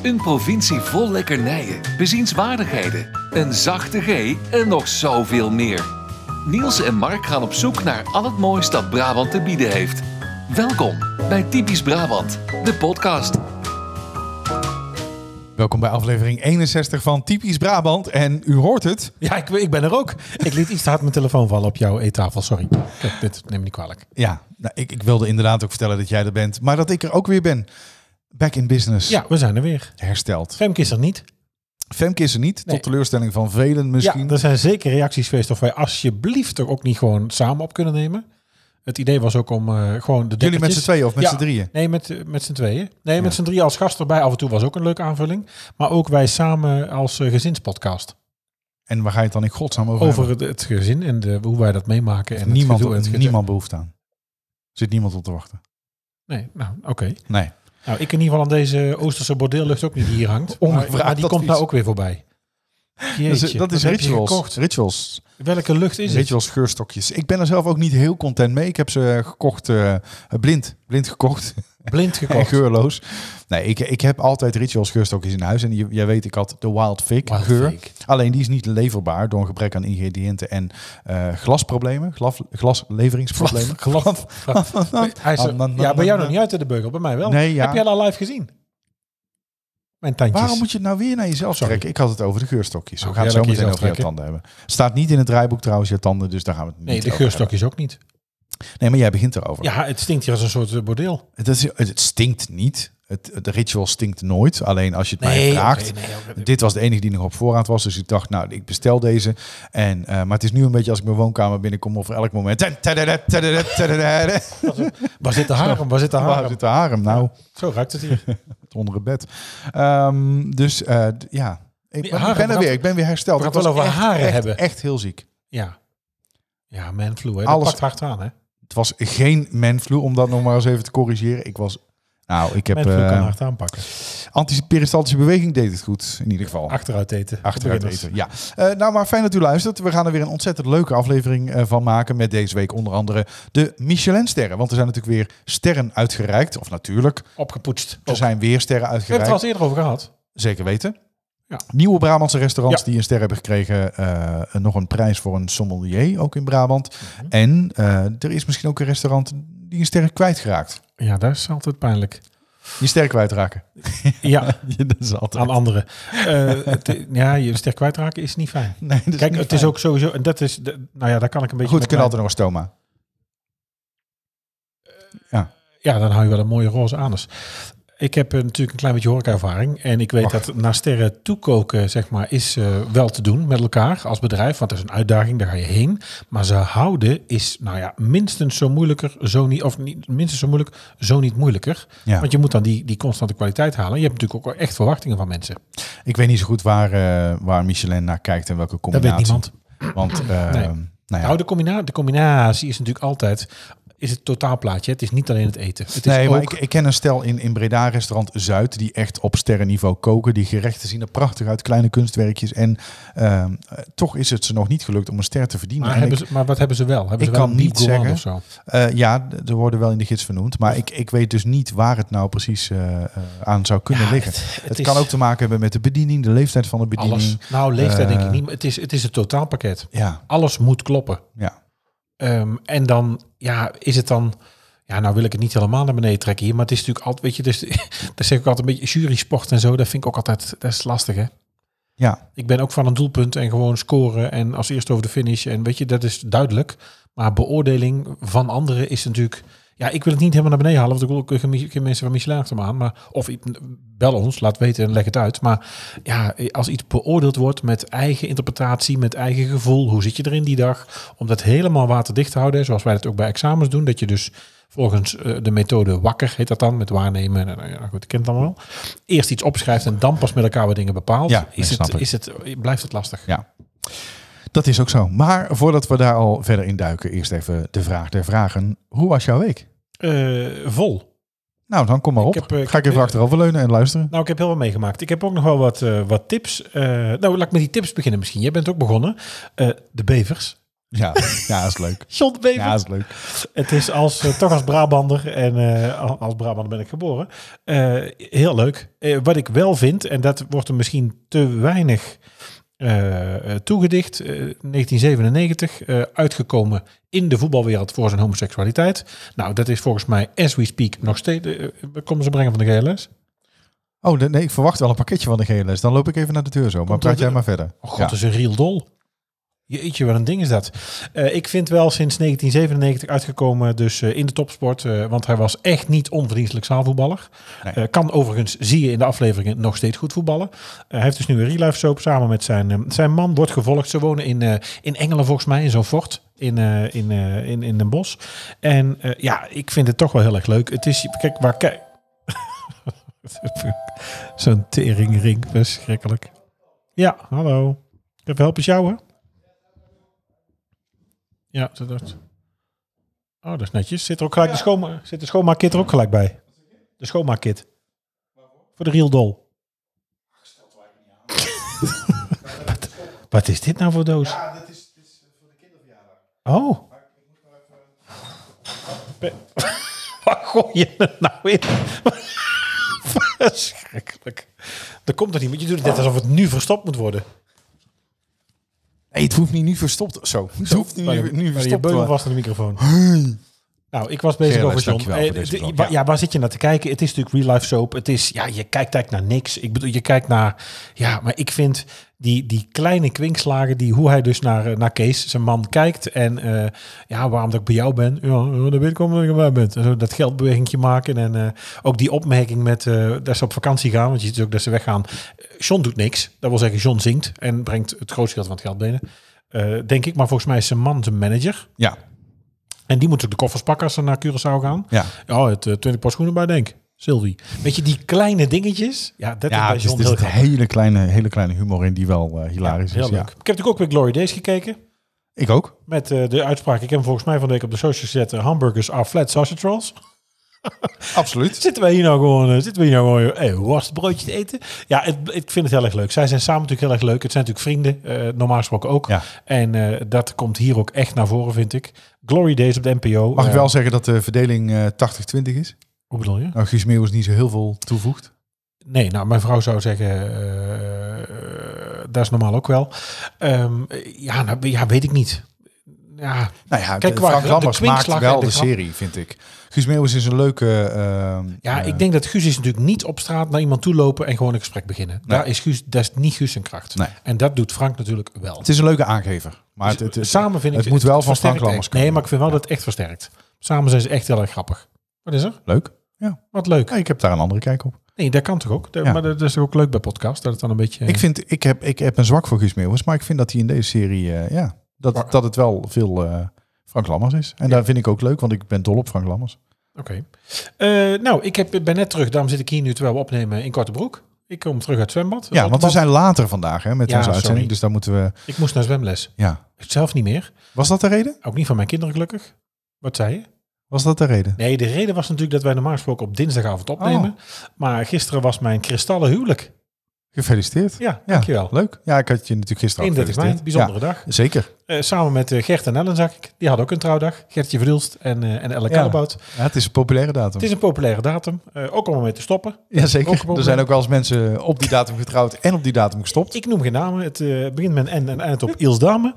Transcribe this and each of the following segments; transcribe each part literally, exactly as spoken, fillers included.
Een provincie vol lekkernijen, bezienswaardigheden, een zachte G en nog zoveel meer. Niels en Mark gaan op zoek naar al het moois dat Brabant te bieden heeft. Welkom bij Typisch Brabant, de podcast. Welkom bij aflevering eenenzestig van Typisch Brabant. En u hoort het. Ja, ik, ik ben er ook. Ik liet iets te hard mijn telefoon vallen op jouw eettafel. Sorry. Kijk, dit neem me niet kwalijk. Ja, nou, ik, ik wilde inderdaad ook vertellen dat jij er bent. Maar dat ik er ook weer ben. Back in business. Ja, we zijn er weer. Hersteld. Femke is er niet. Femke is er niet. Nee. Tot teleurstelling van velen misschien. Ja, er zijn zeker reacties geweest of wij alsjeblieft toch ook niet gewoon samen op kunnen nemen. Het idee was ook om uh, gewoon de dekkertjes... Jullie met z'n tweeën of met ja, z'n drieën? Nee, met, uh, met z'n tweeën. Nee, Ja. met z'n drieën als gast erbij. Af en toe was ook een leuke aanvulling. Maar ook wij samen als uh, gezinspodcast. En waar ga je het dan in godsnaam over Over hebben? het, het gezin en de, hoe wij dat meemaken. En Niemand, het gedoe en het gedoe. niemand behoeft aan. Er zit niemand op te wachten. Nee, nou, oké. Okay. Nee. Nou, ik in ieder geval aan deze Oosterse bordeellucht ook niet die hier hangt. Ongevraagd Maar, maar die advies. komt nou ook weer voorbij. Jeetje, dat is, dat is wat heb je rituals. gekocht? Rituals. Welke lucht is het? Rituals geurstokjes. Ik ben er zelf ook niet heel content mee. Ik heb ze gekocht, uh, blind. Blind gekocht. Blind En gekocht. geurloos. Nee, ik, ik heb altijd Rituals geurstokjes in huis. En je, jij weet, ik had de Wild Fig Wild geur. Fig. Alleen die is niet leverbaar door een gebrek aan ingrediënten en uh, glasproblemen. Glas, glasleveringsproblemen. Glad. Hij is er, ja, bij jou nog niet uit de beugel. Bij mij wel. Nee, ja. Heb jij dat al live gezien? Mijn tandjes. Waarom moet je het nou weer naar jezelf Sorry. trekken? Ik had het over de geurstokjes. We Oh, gaan het ja, zo dat meteen kies over jouw zelf tanden hebben. Staat niet in het draaiboek trouwens, je tanden. Dus daar gaan we het niet Nee, de over geurstokjes ook niet. hebben. Nee, maar jij begint erover. Ja, het stinkt hier als een soort bordeel. Het, is, het stinkt niet. Het, de ritual stinkt nooit. Alleen als je het mij Nee, vraagt. oké, nee, oké. Dit was de enige die nog op voorraad was. Dus ik dacht, nou, ik bestel deze. En, uh, maar het is nu een beetje als ik mijn woonkamer binnenkom. Of elk moment. Waar zit de harem? Waar zit de harem? Waar zit de harem? Nou, Zo ruikt het hier. onder het bed. Um, dus uh, ja, ik, Nee, ik haren, ben er we weer. gaan- Ik ben weer hersteld. we Ik gaan het was wel over echt, haren echt, hebben. Echt heel ziek. Ja. Ja, manflu. Hè. Dat Alles- pakt hard aan, hè? Het was geen manflu, om dat nog maar eens even te corrigeren. Ik was... Nou, ik heb... Manflu Uh, kan hard aanpakken. antiperistaltische beweging deed het goed, in ieder geval. Achteruit eten. Achteruit Beginners. eten, ja. Uh, nou, maar fijn dat u luistert. We gaan er weer een ontzettend leuke aflevering uh, van maken. Met deze week onder andere de Michelin-sterren. Want er zijn natuurlijk weer sterren uitgereikt. Of natuurlijk, Opgepoetst. er zijn weer sterren We hebben het uitgereikt. er al eens eerder over gehad. Zeker weten. Ja. Nieuwe Brabantse restaurants Ja. die een ster hebben gekregen. Uh, nog een prijs voor een sommelier, ook in Brabant. Mhm. En uh, er is misschien ook een restaurant die een ster kwijtgeraakt. Ja, dat is altijd pijnlijk. Die ster kwijtraken. Ja, Ja, dat is altijd... aan anderen. Uh, het, ja, je sterk kwijtraken is niet fijn. Nee, dat is Kijk, niet het is fijn. ook sowieso... En dat is... De, nou ja, daar kan ik een beetje... Goed, met we kunnen mijn- altijd nog een stoma. Ja. Ja, dan hou je wel een mooie roze anus. Ik heb uh, natuurlijk een klein beetje horeca-ervaring. En ik weet Wacht. dat naar sterren toekoken, zeg maar, is uh, wel te doen met elkaar als bedrijf. Want dat is een uitdaging, daar ga je heen. Maar ze houden is, nou ja, minstens zo moeilijker, zo niet, of niet, minstens zo moeilijk, zo niet moeilijker. Ja. Want je moet dan die, die constante kwaliteit halen. Je hebt natuurlijk ook wel echt verwachtingen van mensen. Ik weet niet zo goed waar, uh, waar Michelin naar kijkt en welke Dat combinatie. weet niemand. Want uh, Nee. nou ja. Nou, de, combina- de combinatie is natuurlijk altijd... is het totaalplaatje. Het is niet alleen het eten. Het is Nee, maar ook... ik, ik ken een stel in, in Breda, restaurant Zuid, die echt op sterrenniveau koken. Die gerechten zien er prachtig uit, kleine kunstwerkjes. En uh, toch is het ze nog niet gelukt om een ster te verdienen. Maar, En hebben ik, ze, maar wat hebben ze wel? Hebben ik ze wel kan een beef niet gourmand zeggen. of zo? uh, ja, er worden wel in de gids vernoemd. Maar ik, ik weet dus niet waar het nou precies uh, uh, aan zou kunnen Ja, liggen. het- Het, het is- kan ook te maken hebben met de bediening, de leeftijd van de bediening. Alles. Nou, leeftijd Uh, denk ik niet. Het is, het is het totaalpakket. Ja, Alles moet kloppen. ja. Um, en dan, ja, is het dan... Ja, nou wil ik het niet helemaal naar beneden trekken hier. Maar het is natuurlijk altijd, weet je, dus, dat zeg ik altijd een beetje jury sport en zo. Dat vind ik ook altijd, dat is lastig, hè. Ja, Ik ben ook van een doelpunt en gewoon scoren en als eerste over de finish. En weet je, dat is duidelijk. Maar beoordeling van anderen is natuurlijk... Ja, ik wil het niet helemaal naar beneden halen, want ik wil ook geen geen mensen van Michelin achter me aan. Maar, of bel ons, laat weten en leg het uit. Maar ja, als iets beoordeeld wordt met eigen interpretatie, met eigen gevoel. Hoe zit je erin die dag? Om dat helemaal waterdicht te houden, zoals wij dat ook bij examens doen. Dat je dus volgens uh, de methode wakker, heet dat dan, met waarnemen. En, nou goed, ik ken het allemaal wel. Eerst iets opschrijft en dan pas met elkaar wat dingen bepaalt. Ja, is snap het, ik. is het, blijft het lastig. ja. Dat is ook zo. Maar voordat we daar al verder in duiken, eerst even de vraag der vragen. Hoe was jouw week? Uh, vol. Nou, dan kom maar op. Ik heb, uh, Ga ik even uh, achterover leunen en luisteren. Nou, ik heb heel wat meegemaakt. Ik heb ook nog wel wat, uh, wat tips. Uh, nou, laat ik met die tips beginnen misschien. Jij bent ook begonnen. Uh, de bevers. Ja, ja, dat is leuk. John Bevert. Ja, dat is leuk. Het is als, uh, toch als Brabander, en uh, als Brabander ben ik geboren, uh, heel leuk. Uh, wat ik wel vind, en dat wordt er misschien te weinig uh, uh, toegedicht, uh, negentien zevenennegentig, uh, uitgekomen in de voetbalwereld voor zijn homoseksualiteit. Nou, dat is volgens mij, as we speak, nog steeds, uh, komen ze brengen van de G L S? Oh, nee, ik verwacht wel een pakketje van de G L S. Dan loop ik even naar de deur zo, maar Komt praat dat- jij maar verder. Oh god, Ja. dat is een real dol. Jeetje, wat een ding is dat. Uh, ik vind wel sinds negentien zevenennegentig uitgekomen, dus uh, in de topsport. Uh, want hij was echt niet onverdienstelijk zaalvoetballer. Nee. Uh, kan overigens, zie je in de afleveringen, nog steeds goed voetballen. Uh, hij heeft dus nu een real life soap samen met zijn, uh, zijn man. Wordt gevolgd. Ze wonen in, uh, in Engelen volgens mij, in zo'n fort. In, uh, in, uh, in, in Den Bosch. En uh, ja, ik vind het toch wel heel erg leuk. Het is, kijk, waar kijk. Zo'n teringring, verschrikkelijk. Ja, hallo. Even helpen sjouwen. Ja, zo dat. Oh, dat is netjes. Zit er ook gelijk de schoonma zit de schoonmaakkit er ook gelijk bij? De schoonmaakkit. Voor de real doll. wat, wat is dit nou voor doos? Ja, dat is, dit is voor de kinderverjaardag. Oh. Be- Waar gooi je het nou in? Verschrikkelijk. Dat komt er niet, want je doet het net alsof het nu verstopt moet worden. Nee, het hoeft niet nu verstopt. Zo, het hoeft niet Maar nu, je- nu maar je verstopt. beugel te- vast aan de microfoon. Nou, ik was bezig Gerrit, over John. dankjewel voor Eh, deze de- vlog, wa- ja. ja, waar zit je naar te kijken? Het is natuurlijk real life soap. Het is, ja, je kijkt eigenlijk naar niks. Ik bedoel, je kijkt naar, ja, maar ik vind die, die kleine kwinkslagen, die hoe hij dus naar, eh, naar Kees, zijn man, kijkt. En uh, ja, waarom dat ik bij jou ben, ja, dat weet ik omdat ik erbij ben. En zo dat geldbewegingje maken en uh, ook die opmerking met uh, dat ze op vakantie gaan, want je ziet ook dat ze weggaan. John doet niks. Dat wil zeggen, John zingt en brengt het grootste deel van het geld binnen. Uh, denk ik, maar volgens mij is zijn man zijn manager. Ja, En die moet ook de koffers pakken als ze naar Curaçao gaan. ja. Ja, het uh, twintig paar schoenen bij, denk Sylvie. Weet je, die kleine dingetjes. Ja, dat Ja, is bij het is, John er heel zit een grappig. hele kleine, hele kleine humor in die wel uh, hilarisch Heel is. leuk. Ja. Ik heb natuurlijk ook weer Glory Days gekeken. Ik ook. Met uh, de uitspraak. Ik heb hem volgens mij van de week op de socials gezet. Uh, hamburgers are flat sausage rolls. Absoluut. Zitten wij hier nou gewoon, uh, zitten we hier nou gewoon, hey, worstbroodje te eten? Ja, het, ik vind het heel erg leuk. Zij zijn samen natuurlijk heel erg leuk. Het zijn natuurlijk vrienden, uh, normaal gesproken ook. Ja. En uh, dat komt hier ook echt naar voren, vind ik. Glory Days op de N P O. Mag ik Uh, wel zeggen dat de verdeling uh, tachtig twintig is? Hoe bedoel je? Nou, Guus Meeuwis niet zo heel veel toevoegt. Nee, nou, mijn vrouw zou zeggen, uh, dat is normaal ook wel. Um, ja, nou, ja, weet ik niet. Ja, Nou ja, Kijk, de waar- Frank de Lammers maakt kwinkslag wel en de de grap. serie, vind ik. Guus Meeuwis is een leuke... Uh, ja uh, ik denk dat Guus is natuurlijk niet op straat naar iemand toe lopen en gewoon een gesprek beginnen. Nee. Daar is Guus, dat is niet Guus zijn kracht. Nee. En dat doet Frank natuurlijk wel. Het is een leuke aangever. Maar het, het, het, Samen vind ik het moet wel van Frank versterkt Lammers echt. Nee, komen. maar ik vind wel dat het echt versterkt. Samen zijn ze echt heel erg grappig. Wat is er? leuk. Ja. Wat leuk. Ja, ik heb daar een andere kijk op. Nee, dat kan toch ook? Dat- Ja. Maar dat is toch ook leuk bij podcast? Dat het dan een beetje... Ik, vind, ik, heb, ik heb een zwak voor Guus Meeuwis, maar ik vind dat hij in deze serie... Uh, ja, dat, Maar- dat het wel veel uh, Frank Lammers is. En Ja. daar vind ik ook leuk, want ik ben dol op Frank Lammers. Oké. Okay. Uh, nou, ik heb, ben net terug. Daarom zit ik hier nu terwijl we opnemen in korte broek. Ik kom terug uit het zwembad. Ja, want we zijn later vandaag hè, met Ja, onze uitzending. sorry. Dus daar moeten we... Ik moest naar zwemles. Ja. Zelf niet meer. Was dat de reden? Ook niet van mijn kinderen gelukkig. Wat zei je? Was dat de reden? Nee, de reden was natuurlijk dat wij normaal gesproken op dinsdagavond opnemen. Oh. Maar gisteren was mijn kristallen huwelijk. Gefeliciteerd. Ja, Ja, dankjewel. leuk. Ja, ik had je natuurlijk gisteren ook eenendertig mei, gefeliciteerd. bijzondere dag. Ja, zeker. Uh, samen met uh, Gert en Ellen zag ik. Die hadden ook een trouwdag. Gertje Verdulst en, uh, en Elle Ja. Kallebout. Ja, het is een populaire datum. Het is een populaire datum. Uh, ook om ermee te stoppen. Ja, Ook zeker. een Er zijn ook wel eens mensen op die datum getrouwd en op die datum gestopt. Ik noem geen namen. Het uh, begint met een N en eindigt op Iels Dame.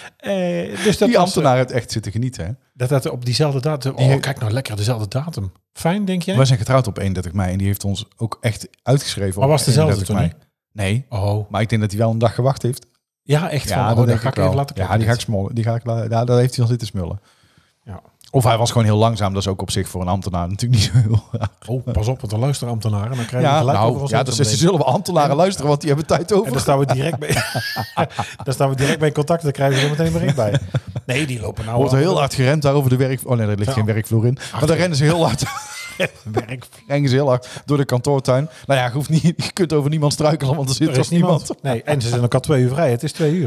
Uh, dus dat Die was, ambtenaar het echt zitten genieten. Hè? Dat dat op diezelfde datum... Die- Oh, kijk nou lekker, dezelfde datum. Fijn, denk jij? Wij zijn getrouwd op eenendertig mei en die heeft ons ook echt uitgeschreven. Maar op was het dezelfde eenendertig mei. Nee, Oh, maar ik denk dat hij wel een dag gewacht heeft. ja, echt van... Ja, oh, dat dan denk ga ik ik wel. even laten Ja, kijken. die ga ik smollen. Die ga ik, la- ja, daar heeft hij al zitten smullen. Ja. Of hij was gewoon heel langzaam. Dat is ook op zich voor een ambtenaar natuurlijk niet zo heel raar. Oh, pas op, want dan luisteren ambtenaren. Dan krijg je Ja, gelijk over nou, ons ja, heen dus te ze beleven. zullen we ambtenaren luisteren, want die hebben tijd over. En daar staan we direct bij. Daar staan we direct bij in contact. Dan krijgen we er meteen weer in bij. Nee, die lopen nou... wordt er al- heel hard gerend daar over de werk... Oh nee, er ligt Ja. geen werkvloer in. Maar daar rennen ze heel hard... werk. rennen ze heel hard door de kantoortuin. Nou ja, je, hoeft niet, je kunt over niemand struikelen, want er zit Er toch is niemand. niemand. Nee, en ze zijn ook al twee uur vrij. Het is twee uur.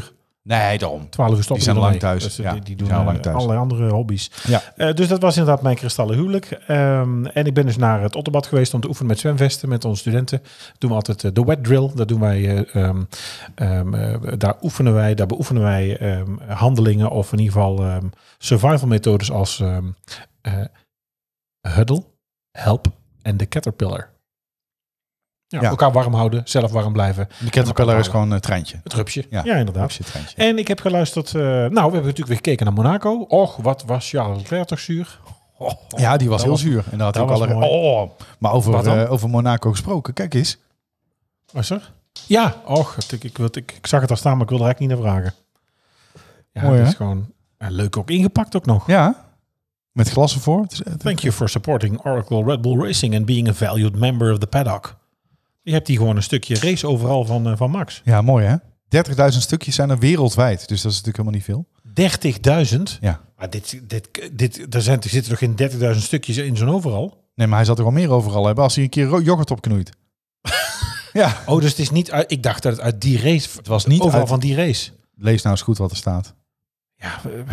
Nee, daarom. twaalf uur stoppen Die zijn ermee. lang thuis. Dus, Ja, die, die die doen zijn al uh, lang thuis. allerlei andere hobby's. Ja. Uh, dus dat was inderdaad mijn kristallen huwelijk. Um, en ik ben dus naar het Otterbad geweest om te oefenen met zwemvesten met onze studenten. Doen we altijd uh, de wet drill. Dat doen wij. Uh, um, um, uh, daar oefenen wij, daar beoefenen wij um, handelingen of in ieder geval um, survival methodes als um, uh, huddle, help en de caterpillar. Ja, Ja. Elkaar warm houden, zelf warm blijven. De caterpillar is gewoon een treintje. Het rupsje. Ja, Ja, inderdaad. Rupsje, treintje. En ik heb geluisterd. Uh, nou, we hebben natuurlijk weer gekeken naar Monaco. Och, wat was Charles Leclerc toch zuur? Oh, oh, Ja, die was heel was, zuur. En daar had dat hij ook was alle... mooi. Oh, maar over, Wat dan? uh, over Monaco gesproken. Kijk eens. Was er? Ja, och, ik, ik, ik, ik, ik zag het al staan, maar ik wilde er eigenlijk niet naar vragen. Ja, Mooi, het hè? is gewoon uh, leuk ook ingepakt ook nog. Ja, met glassen voor. Het is, het, Thank you for supporting Oracle Red Bull Racing and being a valued member of the paddock. Je hebt hier gewoon een stukje race overal van, uh, van Max. Ja, mooi hè? dertigduizend stukjes zijn er wereldwijd. Dus dat is natuurlijk helemaal niet veel. dertigduizend? Ja. Maar dit, dit, dit, er, zijn, er zitten toch geen dertigduizend stukjes in zo'n overal? Nee, maar hij zal er wel meer overal hebben als hij een keer ro- yoghurt opknoeit. Ja. Oh, dus het is niet uit... Ik dacht dat het uit die race... Het was niet overal uit- van die race. Lees nou eens goed wat er staat. Ja, uh,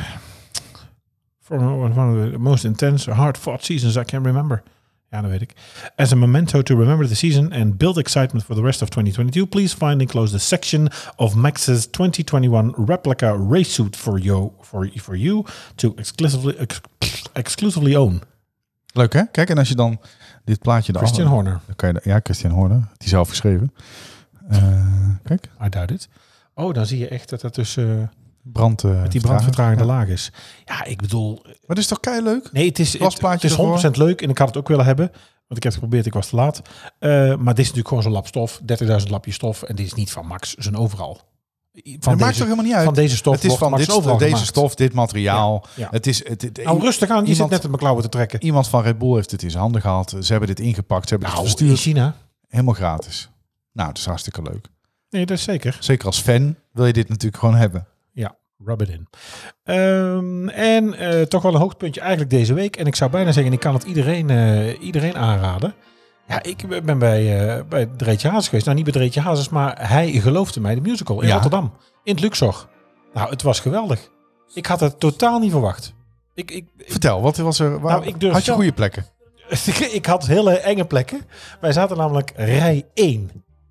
for one of the most intense, hard-fought seasons I can remember. Ja, dat weet ik. As a memento to remember the season and build excitement for the rest of twenty twenty-two, please find enclosed a section of Max's twenty twenty-one replica race suit for you, for, for you to exclusively, ex, exclusively own. Leuk hè? Kijk, en als je dan dit plaatje... Christian af- Horner. Dan kan je, ja, Christian Horner. Die zelf geschreven. Uh, kijk, I doubt it. Oh, dan zie je echt dat het dus uh, brand, uh, met die brandvertragende ja. laag is. Ja, ik bedoel... Maar dat is toch kei leuk? Nee, het is, het, Glasplaatje het is honderd procent leuk en ik had het ook willen hebben. Want ik heb het geprobeerd, ik was te laat. Uh, maar dit is natuurlijk gewoon zo'n lap stof. dertigduizend lapjes stof. En dit is niet van Max zijn overal. Van dat deze, maakt toch helemaal niet uit? Van deze stof Het is wordt van Max dit, overal deze gemaakt. stof, dit materiaal. Ja, ja. Het is, het, het, Nou, rustig aan. Je iemand, zit net op mijn klauwen te trekken. Iemand van Red Bull heeft het in zijn handen gehad. Ze hebben dit ingepakt. Ze hebben Nou, het in verstuurd. China. Helemaal gratis. Nou, dat is hartstikke leuk. Nee, dat is zeker. Zeker als fan wil je dit natuurlijk gewoon hebben. Ja, rub it in. Um, en uh, toch wel een hoogtepuntje eigenlijk deze week. En ik zou bijna zeggen, ik kan het iedereen, uh, iedereen aanraden. Ja, ik ben bij, uh, bij Dreetje Hazes geweest. Nou, niet bij Dreetje Hazes, maar Hij geloofde mij, de musical in Ja. Rotterdam. In het Luxor. Nou, het was geweldig. Ik had het totaal niet verwacht. Ik, ik, ik, Vertel, wat was er? Waar, Nou, ik durf had je zelf- goede plekken? ik had hele enge plekken. Wij zaten namelijk rij één.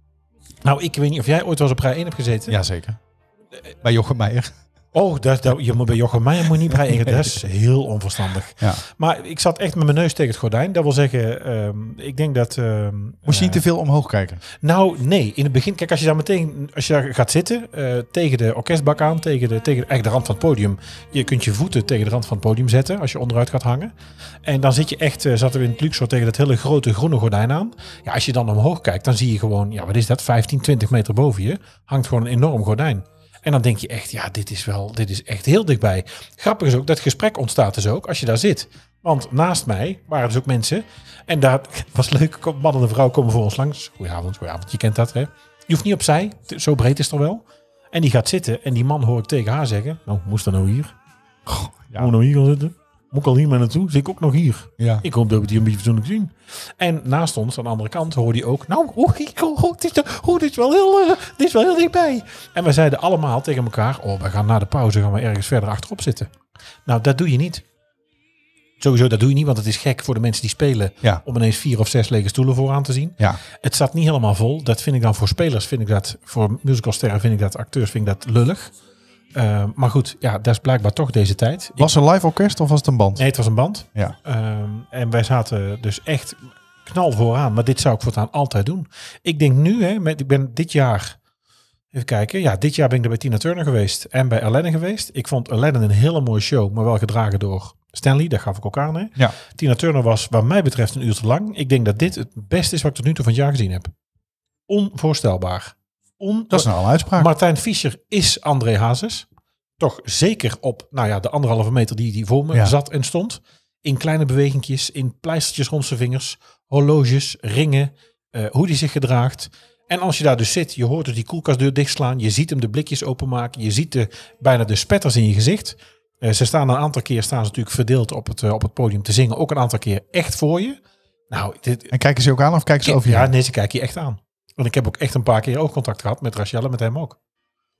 Nou, ik weet niet of jij ooit wel eens op rij één hebt gezeten. Jazeker. Bij Jochem Meijer. Oh, dat, dat, je moet bij Jochem Meijer moet je niet bij één. Dat is heel onverstandig. Ja. Maar ik zat echt met mijn neus tegen het gordijn. Dat wil zeggen, um, ik denk dat... Um, Moest je niet uh, te veel omhoog kijken? Nou, nee. In het begin, kijk, als je daar meteen als je daar gaat zitten, uh, tegen de orkestbak aan, tegen, de, tegen eigenlijk de rand van het podium. Je kunt je voeten tegen de rand van het podium zetten als je onderuit gaat hangen. En dan zit je echt, uh, zaten we in het Luxor tegen dat hele grote groene gordijn aan. Ja, als je dan omhoog kijkt, dan zie je gewoon, ja, wat is dat? vijftien, twintig meter boven je hangt gewoon een enorm gordijn. En dan denk je echt, ja, dit is wel, dit is echt heel dichtbij. Grappig is ook, dat gesprek ontstaat dus ook als je daar zit. Want naast mij waren dus ook mensen. En daar was leuk, man en een vrouw komen voor ons langs. Goedenavond, goedenavond, je kent dat hè. Je hoeft niet opzij, zo breed is het er wel. En die gaat zitten en die man hoor ik tegen haar zeggen. Nou, moest dan nou hier? Goh, ja. Moet nou hier gaan zitten? Moet ik al hier maar naartoe? Zit ik ook nog hier? Ja. Ik hoop dat we het hier een beetje fatsoenlijk zien. En naast ons, aan de andere kant, hoorde hij ook... Nou, oh, oh, oh, dit, is, oh, dit, is wel heel, uh, dit is wel heel dichtbij. En we zeiden allemaal tegen elkaar... Oh, we gaan na de pauze gaan we ergens verder achterop zitten. Nou, dat doe je niet. Sowieso, dat doe je niet, want het is gek voor de mensen die spelen... Ja. om ineens vier of zes lege stoelen vooraan te zien. Ja. Het zat niet helemaal vol. Dat vind ik dan voor spelers, vind ik dat... Voor musicalsterren vind ik dat, acteurs vind ik dat lullig. Uh, maar goed, ja, dat is blijkbaar toch deze tijd. Was er live orkest of was het een band? Nee, het was een band. Ja. Um, en wij zaten dus echt knal vooraan. Maar dit zou ik voortaan altijd doen. Ik denk nu, hè, met, ik ben dit jaar... Even kijken. Ja, dit jaar ben ik er bij Tina Turner geweest. En bij Aladdin geweest. Ik vond Aladdin een hele mooie show. Maar wel gedragen door Stanley. Dat gaf ik ook aan. Hè. Ja. Tina Turner was, wat mij betreft, een uur te lang. Ik denk dat dit het beste is wat ik tot nu toe van het jaar gezien heb. Onvoorstelbaar. On- Dat is nou al een uitspraak. Martijn Fischer is André Hazes. Toch zeker op nou ja, de anderhalve meter die, die voor me Ja. zat en stond. In kleine bewegingjes, in pleistertjes rond zijn vingers, horloges, ringen, uh, hoe die zich gedraagt. En als je daar dus zit, je hoort dus die koelkastdeur dichtslaan. Je ziet hem de blikjes openmaken. Je ziet de, bijna de spetters in je gezicht. Uh, ze staan een aantal keer staan ze natuurlijk verdeeld op het, uh, op het podium te zingen. Ook een aantal keer echt voor je. Nou, dit, En kijken ze ook aan of kijken ze over je ja, heen? nee, ze kijken je echt aan. En ik heb ook echt een paar keer oogcontact gehad met Rachel en met hem ook.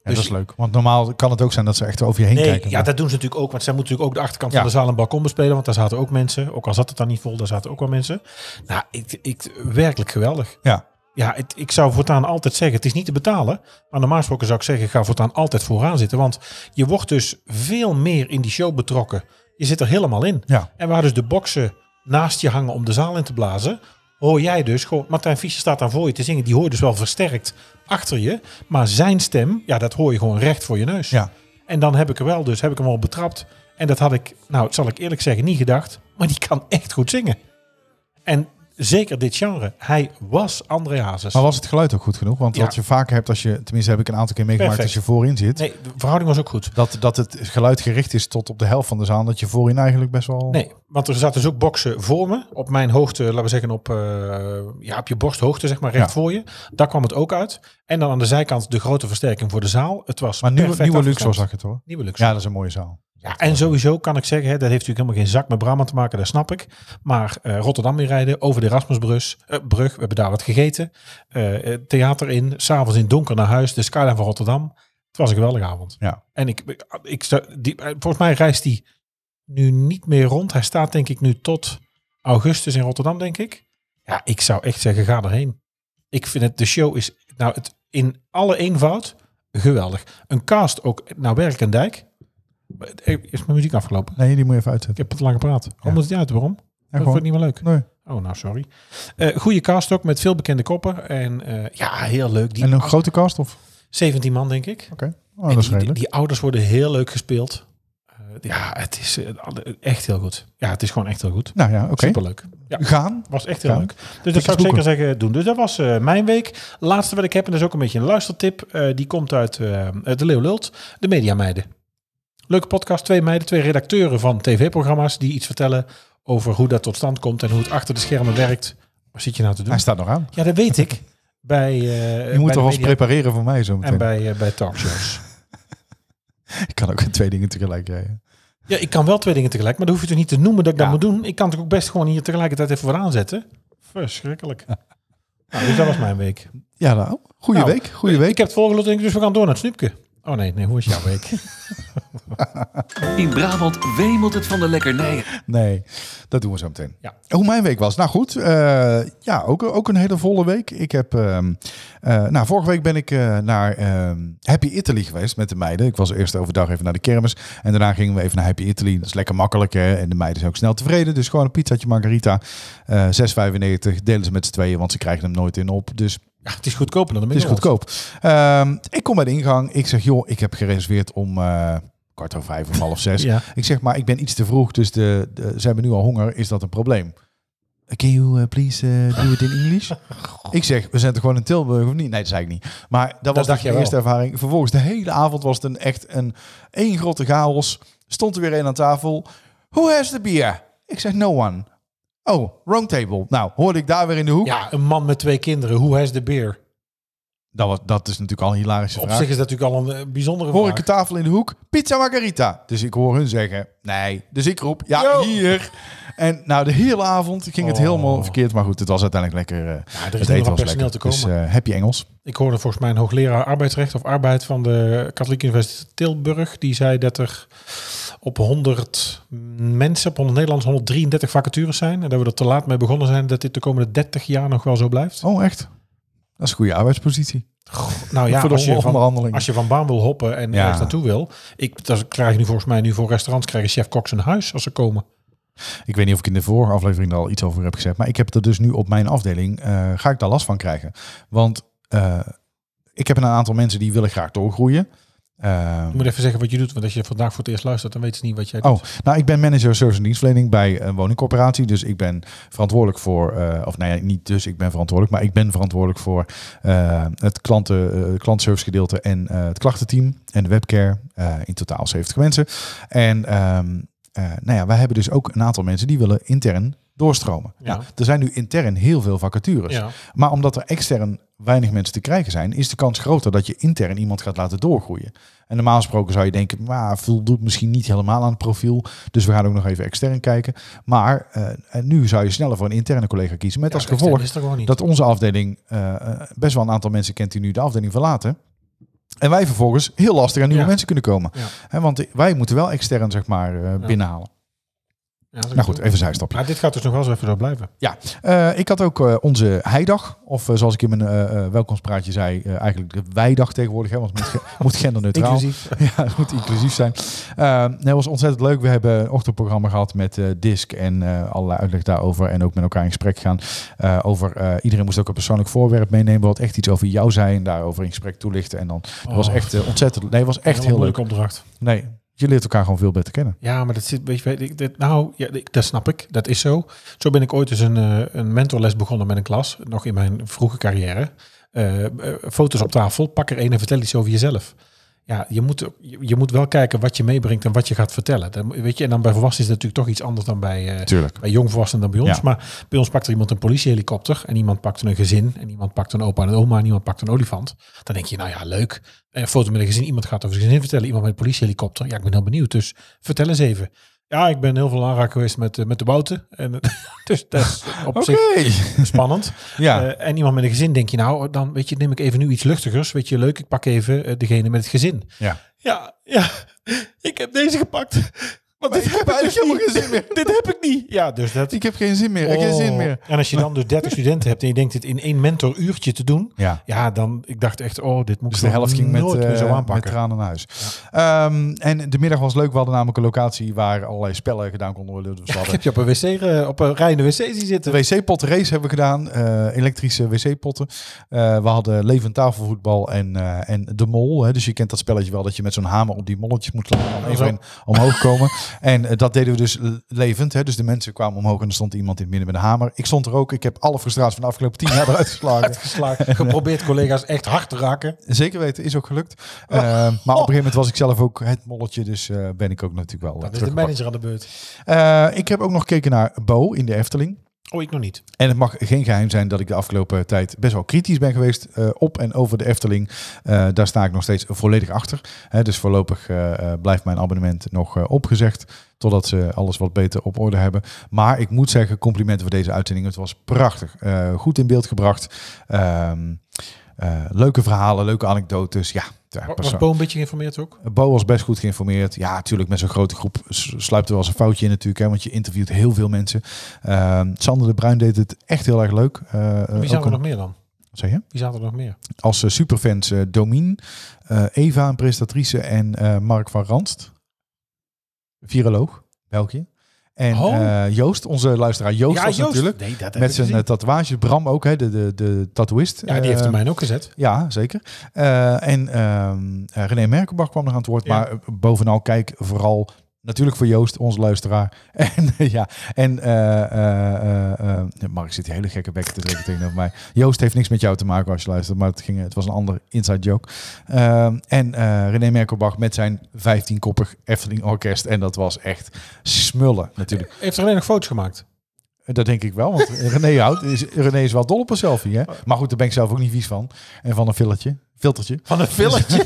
Ja, dus, dat is leuk. Want normaal kan het ook zijn dat ze echt over je heen nee, kijken. Ja, maar. dat doen ze natuurlijk ook. Want zij moeten natuurlijk ook de achterkant Ja. van de zaal en balkon bespelen. Want daar zaten ook mensen. Ook al zat het dan niet vol, daar zaten ook wel mensen. Nou, ik, ik, werkelijk geweldig. Ja. Ja, het, ik zou voortaan altijd zeggen, het is niet te betalen. Maar normaal gesproken zou ik zeggen, ga voortaan altijd vooraan zitten. Want je wordt dus veel meer in die show betrokken. Je zit er helemaal in. Ja. En waar dus de boksen naast je hangen om de zaal in te blazen, hoor jij dus gewoon, Martijn Fischer staat daar voor je te zingen. Die hoor je dus wel versterkt achter je. Maar zijn stem, ja, dat hoor je gewoon recht voor je neus. Ja. En dan heb ik er wel dus, heb ik hem al betrapt. En dat had ik, nou, dat zal ik eerlijk zeggen, niet gedacht. Maar die kan echt goed zingen. En zeker dit genre. Hij was André Hazes. Maar was het geluid ook goed genoeg? Want Ja. wat je vaker hebt als je, tenminste heb ik een aantal keer meegemaakt Perfect. als je voorin zit. Nee, de verhouding was ook goed. Dat, dat het geluid gericht is tot op de helft van de zaal. Dat je voorin eigenlijk best wel... Nee, want er zaten dus ook boksen voor me. Op mijn hoogte, laten we zeggen op, uh, ja, op je borsthoogte, zeg maar, recht Ja. voor je. Daar kwam het ook uit. En dan aan de zijkant de grote versterking voor de zaal. Het was Maar nieuwe, perfect nieuwe Luxor afgestemd. zag het hoor. Nieuwe Luxor. Ja, dat is een mooie zaal. Ja, en sowieso kan ik zeggen, hè, dat heeft natuurlijk helemaal geen zak met Brabant te maken, dat snap ik. Maar uh, Rotterdam weer rijden, over de Erasmusbrug, uh, brug, we hebben daar wat gegeten. Uh, theater in, s'avonds in het donker naar huis, de skyline van Rotterdam. Het was een geweldige avond. Ja. En ik, ik, ik die, volgens mij reist hij nu niet meer rond. Hij staat denk ik nu tot augustus in Rotterdam, denk ik. Ja, ik zou echt zeggen, ga erheen. Ik vind het, de show is nou het in alle eenvoud geweldig. Een cast ook, nou Berk en Dijk. Is mijn muziek afgelopen? Nee, die moet je even Ik uitzetten. heb te lang gepraat. Hoe Ja. moet het niet uit? Waarom? Ja, Dat wordt gewoon. niet meer leuk. Nee. Oh, nou sorry. Uh, goede cast ook met veel bekende koppen. En uh, ja, heel leuk. Die En een ou- grote cast of? zeventien man, denk ik. Oké. Oh, En dat is die, die, redelijk. die ouders worden heel leuk gespeeld. Uh, ja, het is uh, echt heel goed. Ja, het is gewoon echt heel goed. Nou ja, oké. Superleuk. Ja. Gaan. Was echt heel Ja. leuk. Dus dat zou ik boeken. zeker zeggen doen. Dus dat was uh, mijn week. Laatste wat ik heb, en dat is ook een beetje een luistertip. Uh, die komt uit uh, De Leeuw Lult. De Mediameiden. Leuke podcast. Twee meiden, twee redacteuren van tv-programma's die iets vertellen over hoe dat tot stand komt en hoe het achter de schermen werkt. Wat zit je nou te doen? Hij staat nog aan. Ja, dat weet ik. Bij, uh, Je moet bij toch de eens media- prepareren voor mij zo meteen. en bij, uh, bij talkshows. Ik kan ook twee dingen tegelijk rijden. Ja, ik kan wel twee dingen tegelijk, maar dan hoef je toch niet te noemen dat ik Ja. dat moet doen. Ik kan toch ook best gewoon hier tegelijkertijd even wat aanzetten. Verschrikkelijk. Nou, dus dat was mijn week. Ja, nou. Goeie Nou, week. Goeie Ik week. heb het volgende, denk ik, dus we gaan door naar het snoepje. Oh nee, nee, hoe is jouw week? In Brabant wemelt het van de lekkernijen. Nee, dat doen we zo meteen. Ja. Hoe mijn week was? Nou goed, uh, ja, ook, ook een hele volle week. Ik heb, um, uh, nou, vorige week ben ik uh, naar um, Happy Italy geweest met de meiden. Ik was eerst overdag even naar de kermis en daarna gingen we even naar Happy Italy. Dat is lekker makkelijk hè? En de meiden zijn ook snel tevreden. Dus gewoon een pizzaatje margarita, uh, zes vijfennegentig, delen ze met z'n tweeën, want ze krijgen hem nooit in op. Dus Ja, het is goedkoper dan de het is McDonald's. goedkoop. Um, ik kom bij de ingang. Ik zeg, joh, ik heb gereserveerd om uh, kwart over vijf of half zes. Ja. Ik zeg, maar ik ben iets te vroeg, dus de, de, ze hebben nu al honger. Is dat een probleem? Can you uh, please uh, do it in English? Ik zeg, we zijn toch gewoon in Tilburg of niet? Nee, dat zei ik niet. Maar dat, Dat was dacht dus jij de eerste wel. ervaring. Vervolgens de hele avond was het een, echt een één grote chaos. Stond er weer een aan tafel. Who has the beer? Ik zeg, no one. Oh, wrong table. Nou, hoorde ik daar weer in de hoek. Ja, een man met twee kinderen. Who has the beer? Dat, was, dat is natuurlijk al een hilarische Op vraag. zich is dat natuurlijk al een uh, bijzondere Hoor vraag. ik een tafel in de hoek, pizza margarita. Dus ik hoor hun zeggen, nee. Dus ik roep, ja, Yo. hier. En nou, de hele avond ging het Oh. helemaal verkeerd. Maar goed, het was uiteindelijk lekker. Uh, Ja, er is het nog eten wel was personeel lekker. te komen. Dus uh, happy Engels. Ik hoorde volgens mij een hoogleraar arbeidsrecht of arbeid van de Katholieke Universiteit Tilburg. Die zei dat er op honderd mensen, op honderd Nederlanders, honderddrieëndertig vacatures zijn. En dat we er te laat mee begonnen zijn dat dit de komende dertig jaar nog wel zo blijft. Oh, echt? Dat is een goede arbeidspositie. Nou ja, Voor de als je, van, onderhandelingen. als je van baan wil hoppen en Ja. ergens naartoe wil. Ik, dat krijg je nu volgens mij nu voor restaurants, krijgen chef-koks een huis als ze komen. Ik weet niet of ik in de vorige aflevering er al iets over heb gezegd. Maar ik heb er dus nu op mijn afdeling, uh, ga ik daar last van krijgen. Want uh, ik heb een aantal mensen die willen graag doorgroeien. Uh, Je moet even zeggen wat je doet, want als je vandaag voor het eerst luistert, dan weten ze niet wat jij doet. Oh, nou, ik ben manager service en dienstverlening bij een woningcorporatie. Dus ik ben verantwoordelijk voor, uh, of nee, niet dus ik ben verantwoordelijk, maar ik ben verantwoordelijk voor uh, het klanten, uh, klantservice gedeelte en uh, het klachtenteam en de webcare. Uh, in totaal zeventig mensen. En um, uh, nou ja, wij hebben dus ook een aantal mensen die willen intern doorstromen. Ja. Nou, er zijn nu intern heel veel vacatures. Ja. Maar omdat er extern weinig mensen te krijgen zijn, is de kans groter dat je intern iemand gaat laten doorgroeien. En normaal gesproken zou je denken, maar voldoet misschien niet helemaal aan het profiel. Dus we gaan ook nog even extern kijken. Maar uh, nu zou je sneller voor een interne collega kiezen. Met Ja, als het gevolg is er gewoon niet. dat onze afdeling uh, best wel een aantal mensen kent die nu de afdeling verlaten. En wij vervolgens heel lastig aan nieuwe Ja. mensen kunnen komen. Ja. Hè, want wij moeten wel extern, zeg maar, uh, Ja. binnenhalen. Ja, dat is Nou goed, goed. even een zijstapje. Maar dit gaat dus nog wel eens even door blijven. Ja, uh, ik had ook uh, onze heidag, of uh, zoals ik in mijn uh, uh, welkomstpraatje zei, uh, eigenlijk de wijdag tegenwoordig, hè, want het moet, ge- moet genderneutraal. Inclusief. Ja, het moet inclusief zijn. Uh, dat was ontzettend leuk. We hebben een ochtendprogramma gehad met uh, Disk en uh, allerlei uitleg daarover. En ook met elkaar in gesprek gaan uh, over... Uh, iedereen moest ook een persoonlijk voorwerp meenemen wat echt iets over jou zei en daarover in gesprek toelichten. En dan Oh. was echt uh, ontzettend... Nee, het was echt Een heel leuk. moeilijke opdracht. Nee, je leert elkaar gewoon veel beter kennen. Ja, maar dat zit, weet je, weet ik, dit, nou, ja, ik- dat snap ik. Dat is zo. Zo ben ik ooit eens een, uh, een mentorles begonnen met een klas, nog in mijn vroege carrière. Uh, uh, foto's op tafel, pak er een en vertel iets over jezelf. Ja, je moet, je, je moet wel kijken wat je meebrengt en wat je gaat vertellen. Dan, weet je, en dan bij volwassenen is het natuurlijk toch iets anders dan bij, uh, Tuurlijk. bij jongvolwassenen dan bij ons. Ja. Maar bij ons pakt er iemand een politiehelikopter en iemand pakt een gezin en iemand pakt een opa en een oma en iemand pakt een olifant. Dan denk je, nou ja, leuk. Een foto met een gezin, iemand gaat over zijn gezin vertellen, iemand met een politiehelikopter. Ja, ik ben heel benieuwd, dus vertel eens even. Ja, ik ben heel veel aanraak geweest met, uh, met de bouten. En, dus dat is op Oké. zich spannend. Ja. Uh, en iemand met een gezin denk je, nou, dan weet je, neem ik even nu iets luchtigers. Weet je, leuk, ik pak even uh, degene met het gezin. Ja. Ja, ja, ik heb deze gepakt. Want dit ik heb dus eigenlijk helemaal niet. geen zin meer. Dit heb ik niet. Ja, dus dat... Ik heb geen zin meer. Ik heb geen zin Oh. meer. En als je dan dus dertig studenten hebt en je denkt dit in één mentoruurtje te doen. Ja. Ja, dan, ik dacht echt, oh, dit moet Dus ik de helft ging met, nooit meer zo uh, met aanpakken. tranen naar huis. Ja. Um, en de middag was leuk. We hadden namelijk een locatie waar allerlei spellen gedaan konden worden. Dus we Ik hadden heb je op een wc, uh, op een rijende wc zien zitten. de wc-potten race hebben we gedaan. Uh, elektrische wc-potten. Uh, we hadden levend tafelvoetbal en, uh, en de mol. Hè. Dus je kent dat spelletje wel dat je met zo'n hamer op die molletjes moet slaan. Om even in omhoog komen. En uh, dat deden we dus levend. Hè. Dus de mensen kwamen omhoog en er stond iemand in het midden met een hamer. Ik stond er ook. Ik heb alle frustraties van de afgelopen tien jaar eruit geslagen. Uitgeslagen. Geprobeerd collega's echt hard te raken. Zeker weten, is ook gelukt. Uh, maar op een gegeven moment was ik zelf ook het molletje. Dus uh, ben ik ook natuurlijk wel uh, Dat is de manager aan de beurt. Uh, ik heb ook nog gekeken naar Bo in de Efteling. Oh, ik nog niet. En het mag geen geheim zijn dat ik de afgelopen tijd best wel kritisch ben geweest uh, op en over de Efteling. Uh, daar sta ik nog steeds volledig achter. Hè, dus voorlopig uh, uh, blijft mijn abonnement nog uh, opgezegd. Totdat ze alles wat beter op orde hebben. Maar ik moet zeggen, complimenten voor deze uitzending. Het was prachtig. Uh, goed in beeld gebracht. Um, uh, leuke verhalen, leuke anekdotes. Ja, was Bo een beetje geïnformeerd ook? Bo was best goed geïnformeerd. Ja, natuurlijk met zo'n grote groep sluipt er wel eens een foutje in natuurlijk. Hè, want je interviewt heel veel mensen. Uh, Sander de Bruin deed het echt heel erg leuk. Uh, Wie zaten er nog meer dan? Wat zeg je? Wie zaten er nog meer? Als uh, superfans uh, Domien, uh, Eva, een presentatrice en uh, Mark van Ranst. Viroloog, België. En oh. uh, Joost, onze luisteraar Joost, ja, was Joost. natuurlijk. Nee, dat met zijn uh, tatoeage. Bram ook, hè, de, de, de tattooist. Ja, die heeft uh, er mij ook gezet. Ja, zeker. Uh, en uh, René Merkenbach kwam nog aan het woord. Ja. Maar uh, bovenal kijk vooral natuurlijk voor Joost, onze luisteraar. En uh, ja, en uh, uh, uh, uh, Mark zit die hele gekke bek te trekken tegenover mij. Joost heeft niks met jou te maken als je luistert, maar het, ging, het was een ander inside joke. Uh, en uh, René Merkelbach met zijn vijftien-koppig Efteling orkest. En dat was echt smullen natuurlijk. Heeft er alleen nog foto's gemaakt? Dat denk ik wel, want René, houdt, is, René is wel dol op een selfie. Hè? Maar goed, daar ben ik zelf ook niet vies van. En van een filtertje. filtertje. Van een filtertje.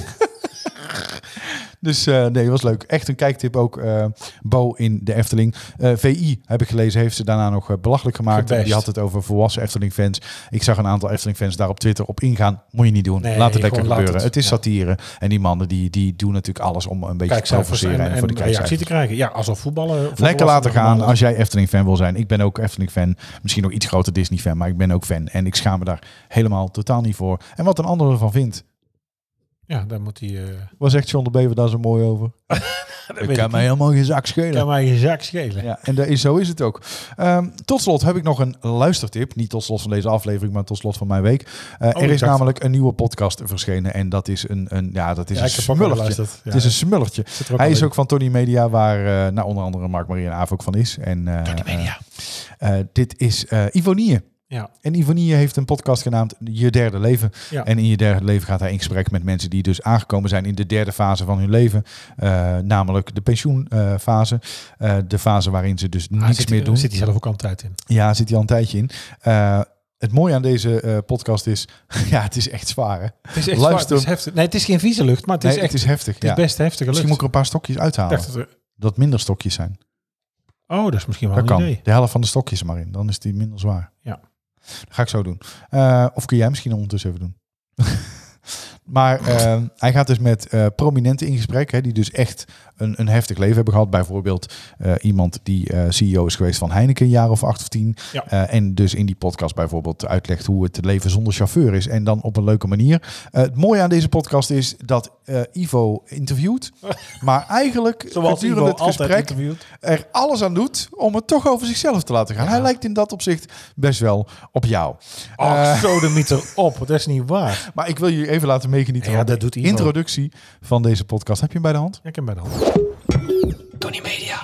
Dus uh, nee, het was leuk. Echt een kijktip ook. Uh, Bo in de Efteling. Uh, V I, heb ik gelezen, heeft ze daarna nog uh, belachelijk gemaakt. Gebest. Die had het over volwassen Efteling-fans. Ik zag een aantal Efteling-fans daar op Twitter op ingaan. Moet je niet doen. Nee, laat het lekker gebeuren. Het. het is ja. satire. En die mannen die, die doen natuurlijk alles om een beetje Kijk, te provoceren en, en voor de reactie te krijgen. Ja, alsof voetballen. Lekker laten gaan als jij Efteling-fan wil zijn. Ik ben ook Efteling-fan. Misschien nog iets groter Disney-fan, maar ik ben ook fan. En ik schaam me daar helemaal totaal niet voor. En wat een ander ervan vindt. Ja, daar moet hij... Uh... Wat zegt John de Bever daar zo mooi over? Dat kan mij helemaal geen zak schelen. Kan mij geen zak schelen. Ja, en daar is, zo is het ook. Um, tot slot heb ik nog een luistertip. Niet tot slot van deze aflevering, maar tot slot van mijn week. Uh, oh, er is namelijk een nieuwe podcast verschenen. En dat is een, een, ja, dat is ja, een smullertje. Ja, het is een smullertje. Hij is ook van Tony Media, waar uh, nou, onder andere Mark Marie en Aaf ook van is. En, uh, Tony Media. Uh, uh, dit is uh, Ivonie. Ja. En Ivonie heeft een podcast genaamd Je Derde Leven. Ja. En in Je Derde Leven gaat hij in gesprek met mensen die dus aangekomen zijn in de derde fase van hun leven. Uh, namelijk de pensioenfase. Uh, de fase waarin ze dus ah, niets zit meer hij, doen. Zit hij zelf ook al een tijd in? Ja, zit hij al een tijdje in. Uh, het mooie aan deze uh, podcast is, ja, het is echt zwaar. Hè? Het is echt zwaar, het is heftig. Nee, het is geen vieze lucht, maar het is nee, echt het is heftig. Het is ja. best heftige lucht. Misschien moet ik er een paar stokjes uithalen. Dat, er... dat minder stokjes zijn. Oh, dat is misschien wel dat een kan. idee. De helft van de stokjes er maar in. Dan is die minder zwaar. Ja. Dat ga ik zo doen. Uh, of kun jij misschien ondertussen even doen? Maar uh, hij gaat dus met uh, prominenten in gesprek, hè, die dus echt een, een heftig leven hebben gehad. Bijvoorbeeld uh, iemand die uh, C E O is geweest van Heineken een jaar of acht of tien. Ja. Uh, en dus in die podcast bijvoorbeeld uitlegt hoe het leven zonder chauffeur is. En dan op een leuke manier. Uh, het mooie aan deze podcast is dat uh, Ivo interviewt. Maar eigenlijk Zoals gedurende Ivo het altijd gesprek interviewt. er alles aan doet om het toch over zichzelf te laten gaan. Ja. Hij lijkt in dat opzicht best wel op jou. Ach, Uh, zo de mieter op. Dat is niet waar. maar ik wil je even laten meegenieten Ja, van dat de doet Ivo. introductie van deze podcast. Heb je hem bij de hand? Ja, ik heb hem bij de hand. Tony Media.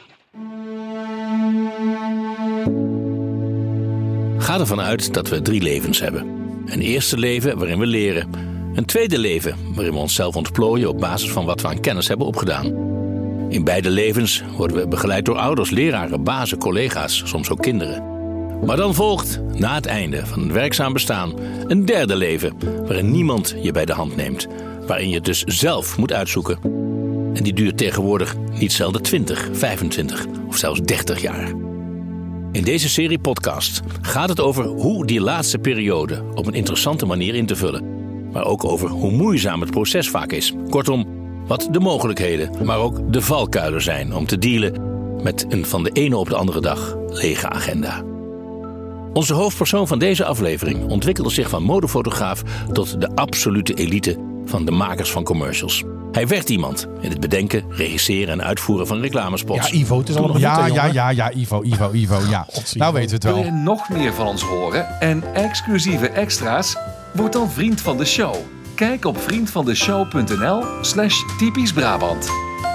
Ga ervan uit dat we drie levens hebben. Een eerste leven waarin we leren. Een tweede leven waarin we onszelf ontplooien op basis van wat we aan kennis hebben opgedaan. In beide levens worden we begeleid door ouders, leraren, bazen, collega's, soms ook kinderen. Maar dan volgt, na het einde van een werkzaam bestaan, een derde leven waarin niemand je bij de hand neemt. Waarin je het dus zelf moet uitzoeken. En die duurt tegenwoordig niet zelden twintig, vijfentwintig of zelfs dertig jaar. In deze serie podcast gaat het over hoe die laatste periode op een interessante manier in te vullen. Maar ook over hoe moeizaam het proces vaak is. Kortom, wat de mogelijkheden, maar ook de valkuilen zijn om te dealen met een van de ene op de andere dag lege agenda. Onze hoofdpersoon van deze aflevering ontwikkelde zich van modefotograaf tot de absolute elite van de makers van commercials. Hij werd iemand in het bedenken, regisseren en uitvoeren van reclamespots. Ja, Ivo, het is allemaal goed, Ja, hè, ja, jongen? ja, ja, Ivo, Ivo, Ivo, ja. Nou weten we het Wil je wel. nog meer van ons horen en exclusieve extra's? Word dan vriend van de show. Kijk op vriendvandeshow.nl slash typisch Brabant.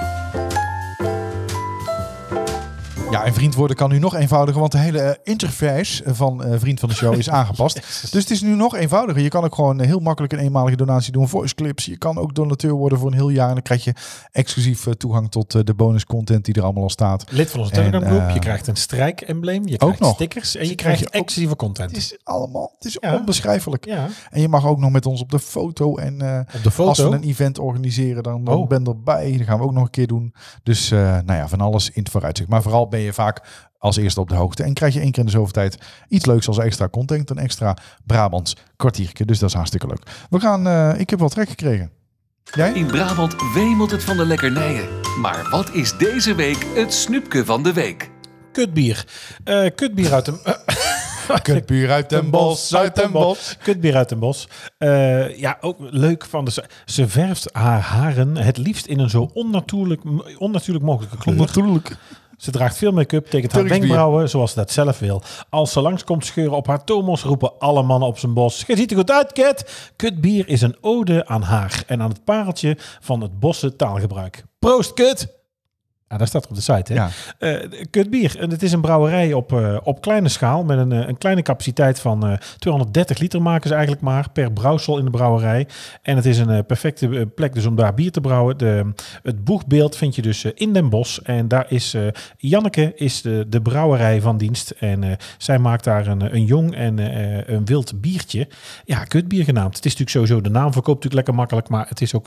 Ja, en vriend worden kan nu nog eenvoudiger, want de hele uh, interface van uh, Vriend van de Show is aangepast. Dus het is nu nog eenvoudiger. Je kan ook gewoon uh, heel makkelijk een eenmalige donatie doen. Voice clips. Je kan ook donateur worden voor een heel jaar. En dan krijg je exclusief uh, toegang tot uh, de bonus content die er allemaal al staat. Lid van onze En, Telegram groep. uh, je krijgt een strijk-embleem. Je ook krijgt nog. stickers. En je krijg krijgt je ook- exclusieve content. Het is allemaal, het is Ja. onbeschrijfelijk. Ja, En je mag ook nog met ons op de foto. En uh, op de foto. als we een event organiseren, dan, dan Oh. ben je erbij. Dat gaan we ook nog een keer doen. Dus uh, nou ja, van alles in het vooruitzicht. Maar vooral ben je vaak als eerste op de hoogte. En krijg je één keer in de zoveel tijd iets leuks als extra content. Een extra Brabants kwartiertje. Dus dat is hartstikke leuk. We gaan, uh, ik heb wel trek gekregen. Jij? In Brabant wemelt het van de lekkernijen. Maar wat is deze week het snoepje van de week? Kutbier. Uh, kutbier uit de... Kutbier uit Den Bosch, uit Den Bosch. Kutbier uit Den Bosch. Uh, ja, ook leuk van de... Ze verft haar haren het liefst in een zo onnatuurlijk, onnatuurlijk mogelijke kleur. Natuurlijk. Ze draagt veel make-up, tekent haar Turks bier. wenkbrauwen zoals ze dat zelf wil. Als ze langskomt scheuren op haar tomos, roepen alle mannen op zijn bos. Je ziet er goed uit, Kut! Kutbier is een ode aan haar en aan het pareltje van het bosse taalgebruik. Proost, Kut! Ja, dat staat er op de site, hè? Ja. Uh, Kutbier. En het is een brouwerij op, uh, op kleine schaal met een, uh, een kleine capaciteit van uh, tweehonderddertig liter maken ze eigenlijk maar per brouwsel in de brouwerij. En het is een uh, perfecte uh, plek dus om daar bier te brouwen. De, het boegbeeld vind je dus uh, in Den Bosch. En daar is uh, Janneke is de, de brouwerij van dienst. En uh, zij maakt daar een, een jong en uh, een wild biertje. Ja, Kutbier genaamd. Het is natuurlijk sowieso, de naam verkoopt natuurlijk lekker makkelijk, maar het is ook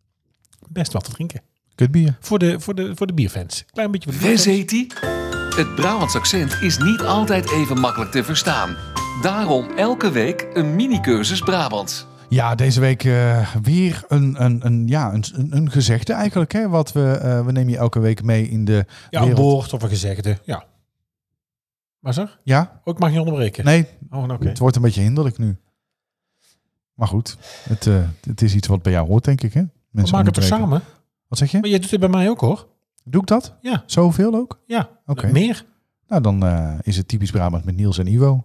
best wat te drinken. Kutbier. Voor de, voor de, voor de bierfans. Klein beetje voor de Wes bierfans. heet die? Het Brabants accent is niet altijd even makkelijk te verstaan. Daarom elke week een mini-cursus Brabants. Ja, deze week uh, weer een, een, een, ja, een, een, een gezegde eigenlijk. Hè, wat we, uh, we nemen je elke week mee in de Ja, een wereld. woord of een gezegde. Ja. Was er? Ja? Ook mag je onderbreken. Nee, Oh, nou, oké. het wordt een beetje hinderlijk nu. Maar goed, het, uh, het is iets wat bij jou hoort, denk ik. Hè? We Mensen maken het toch onderbreken. samen? Wat zeg je? Maar jij doet dit bij mij ook, hoor. Doe ik dat? Ja. Zoveel ook? Ja. Oké. Meer? Nou, dan uh, is het typisch Brabant met Niels en Ivo.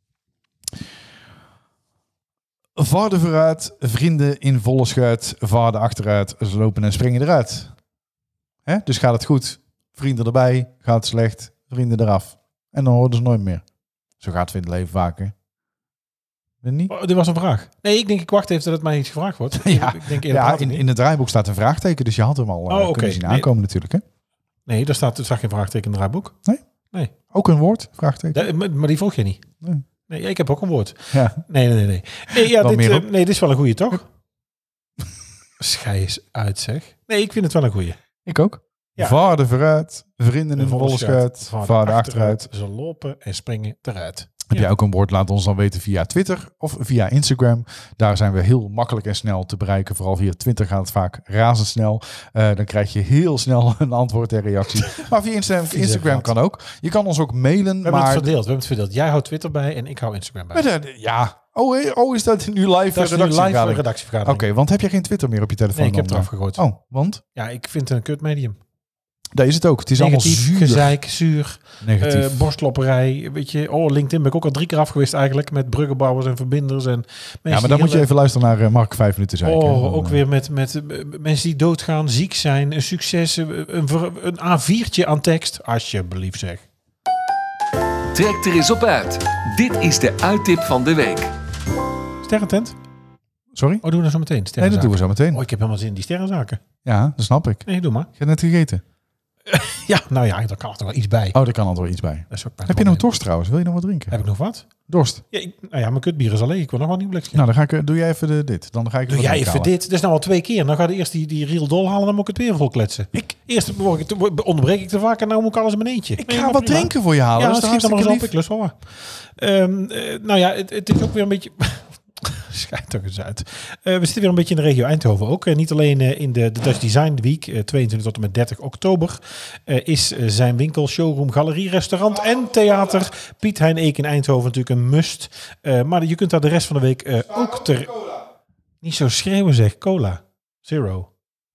Vaarden vooruit, vrienden in volle schuit. Vaarden achteruit, ze lopen en springen eruit. Hè? Dus gaat het goed, vrienden erbij. Gaat het slecht, vrienden eraf. En dan horen ze nooit meer. Zo gaat het in het leven vaker. Weet je niet? Oh, dit was een vraag. Nee, ik denk ik wacht even dat het mij iets gevraagd wordt. Ja, ik denk Ja, in, in het draaiboek staat een vraagteken, dus je had hem al uh, Oh, oké. kunnen zien Nee. aankomen natuurlijk. Hè? Nee, daar staat, er staat geen vraagteken in het draaiboek. Ook een woord, vraagteken. Da- maar, maar die volg je niet. Nee. Nee, ik heb ook een woord. Ja. Nee, nee, nee. nee. nee, ja, Wat dit, meer uh, ook? nee, dit is wel een goeie, toch? Schei eens uit, zeg. Nee, ik vind het wel een goeie. Ik ook. Ja. Vaarden vooruit, vrienden in volle schuit, vaarden achteruit. Ze lopen en springen eruit. Heb Ja. jij ook een woord, laat ons dan weten via Twitter of via Instagram. Daar zijn we heel makkelijk en snel te bereiken. Vooral via Twitter gaat het vaak razendsnel. Uh, dan krijg je heel snel een antwoord en reactie. Maar via Insta- Instagram kan ook. Je kan ons ook mailen. We hebben maar het verdeeld. We hebben het verdeeld. Jij houdt Twitter bij en ik hou Instagram bij. Maar de, ja. Oh, eh, oh, is dat nu live Dat is nu live redactievergadering? redactievergadering. Oké, want heb je geen Twitter meer op je telefoon? Nee, ik heb dan, het eraf gegooid. Oh, want? Ja, ik vind het een kut medium. Daar is het ook. Het is Negatief, allemaal zuur. gezeik, zuur, Negatief. uh, borstlopperij. Weet je, oh, LinkedIn ben ik ook al drie keer af geweest eigenlijk. Met bruggenbouwers en verbinders. En ja, maar dan moet je even luisteren naar uh, Mark vijf minuten zijn. Oh, dan, ook uh, weer met, met uh, mensen die doodgaan, ziek zijn, een succes, een, een A viertje aan tekst. Alsjeblieft zeg. Trek er eens op uit. Dit is de uittip van de week. Sterrentent? Sorry? Oh, doen we dat zo meteen? Nee, dat doen we zo meteen. Oh, ik heb helemaal zin in die sterrenzaken. Ja, dat snap ik. Nee, doe maar. Je hebt net gegeten. Ja, nou ja, daar kan er toch wel iets bij. Oh, daar kan er wel iets bij. Dat is ook mijn Heb je nog probleem. dorst trouwens? Wil je nog wat drinken? Heb ik nog wat? Dorst. Ja, ik, nou ja, mijn kutbier is al leeg. Ik wil nog wel een nieuw blikje. Nou, dan ga ik, uh, doe jij even de, dit. Dan ga ik Doe wat jij drinken even halen. dit. Dat is nou al twee keer. Dan ga je eerst die, die Real Doll halen, dan moet ik het weer vol kletsen. Ik? Eerst word ik te, onderbreek ik te vaak en nou moet ik alles in mijn eentje. Ik Nee, ga maar wat prima. drinken voor je halen. Ja, dat dat is schiet dan maar eens hartstikke op. lief. Ik lust wel wat. Um, uh, nou ja, het, het is ook weer een beetje... Schijt toch eens uit. Uh, we zitten weer een beetje in de regio Eindhoven ook. Uh, niet alleen uh, in de, de Dutch Design Week, uh, tweeëntwintig tot en met dertig oktober, uh, is uh, zijn winkel, showroom, galerie, restaurant en theater Piet Hein Eek in Eindhoven natuurlijk een must. Uh, maar je kunt daar de rest van de week uh, ook ter... Niet zo schreeuwen zeg, cola. Zero.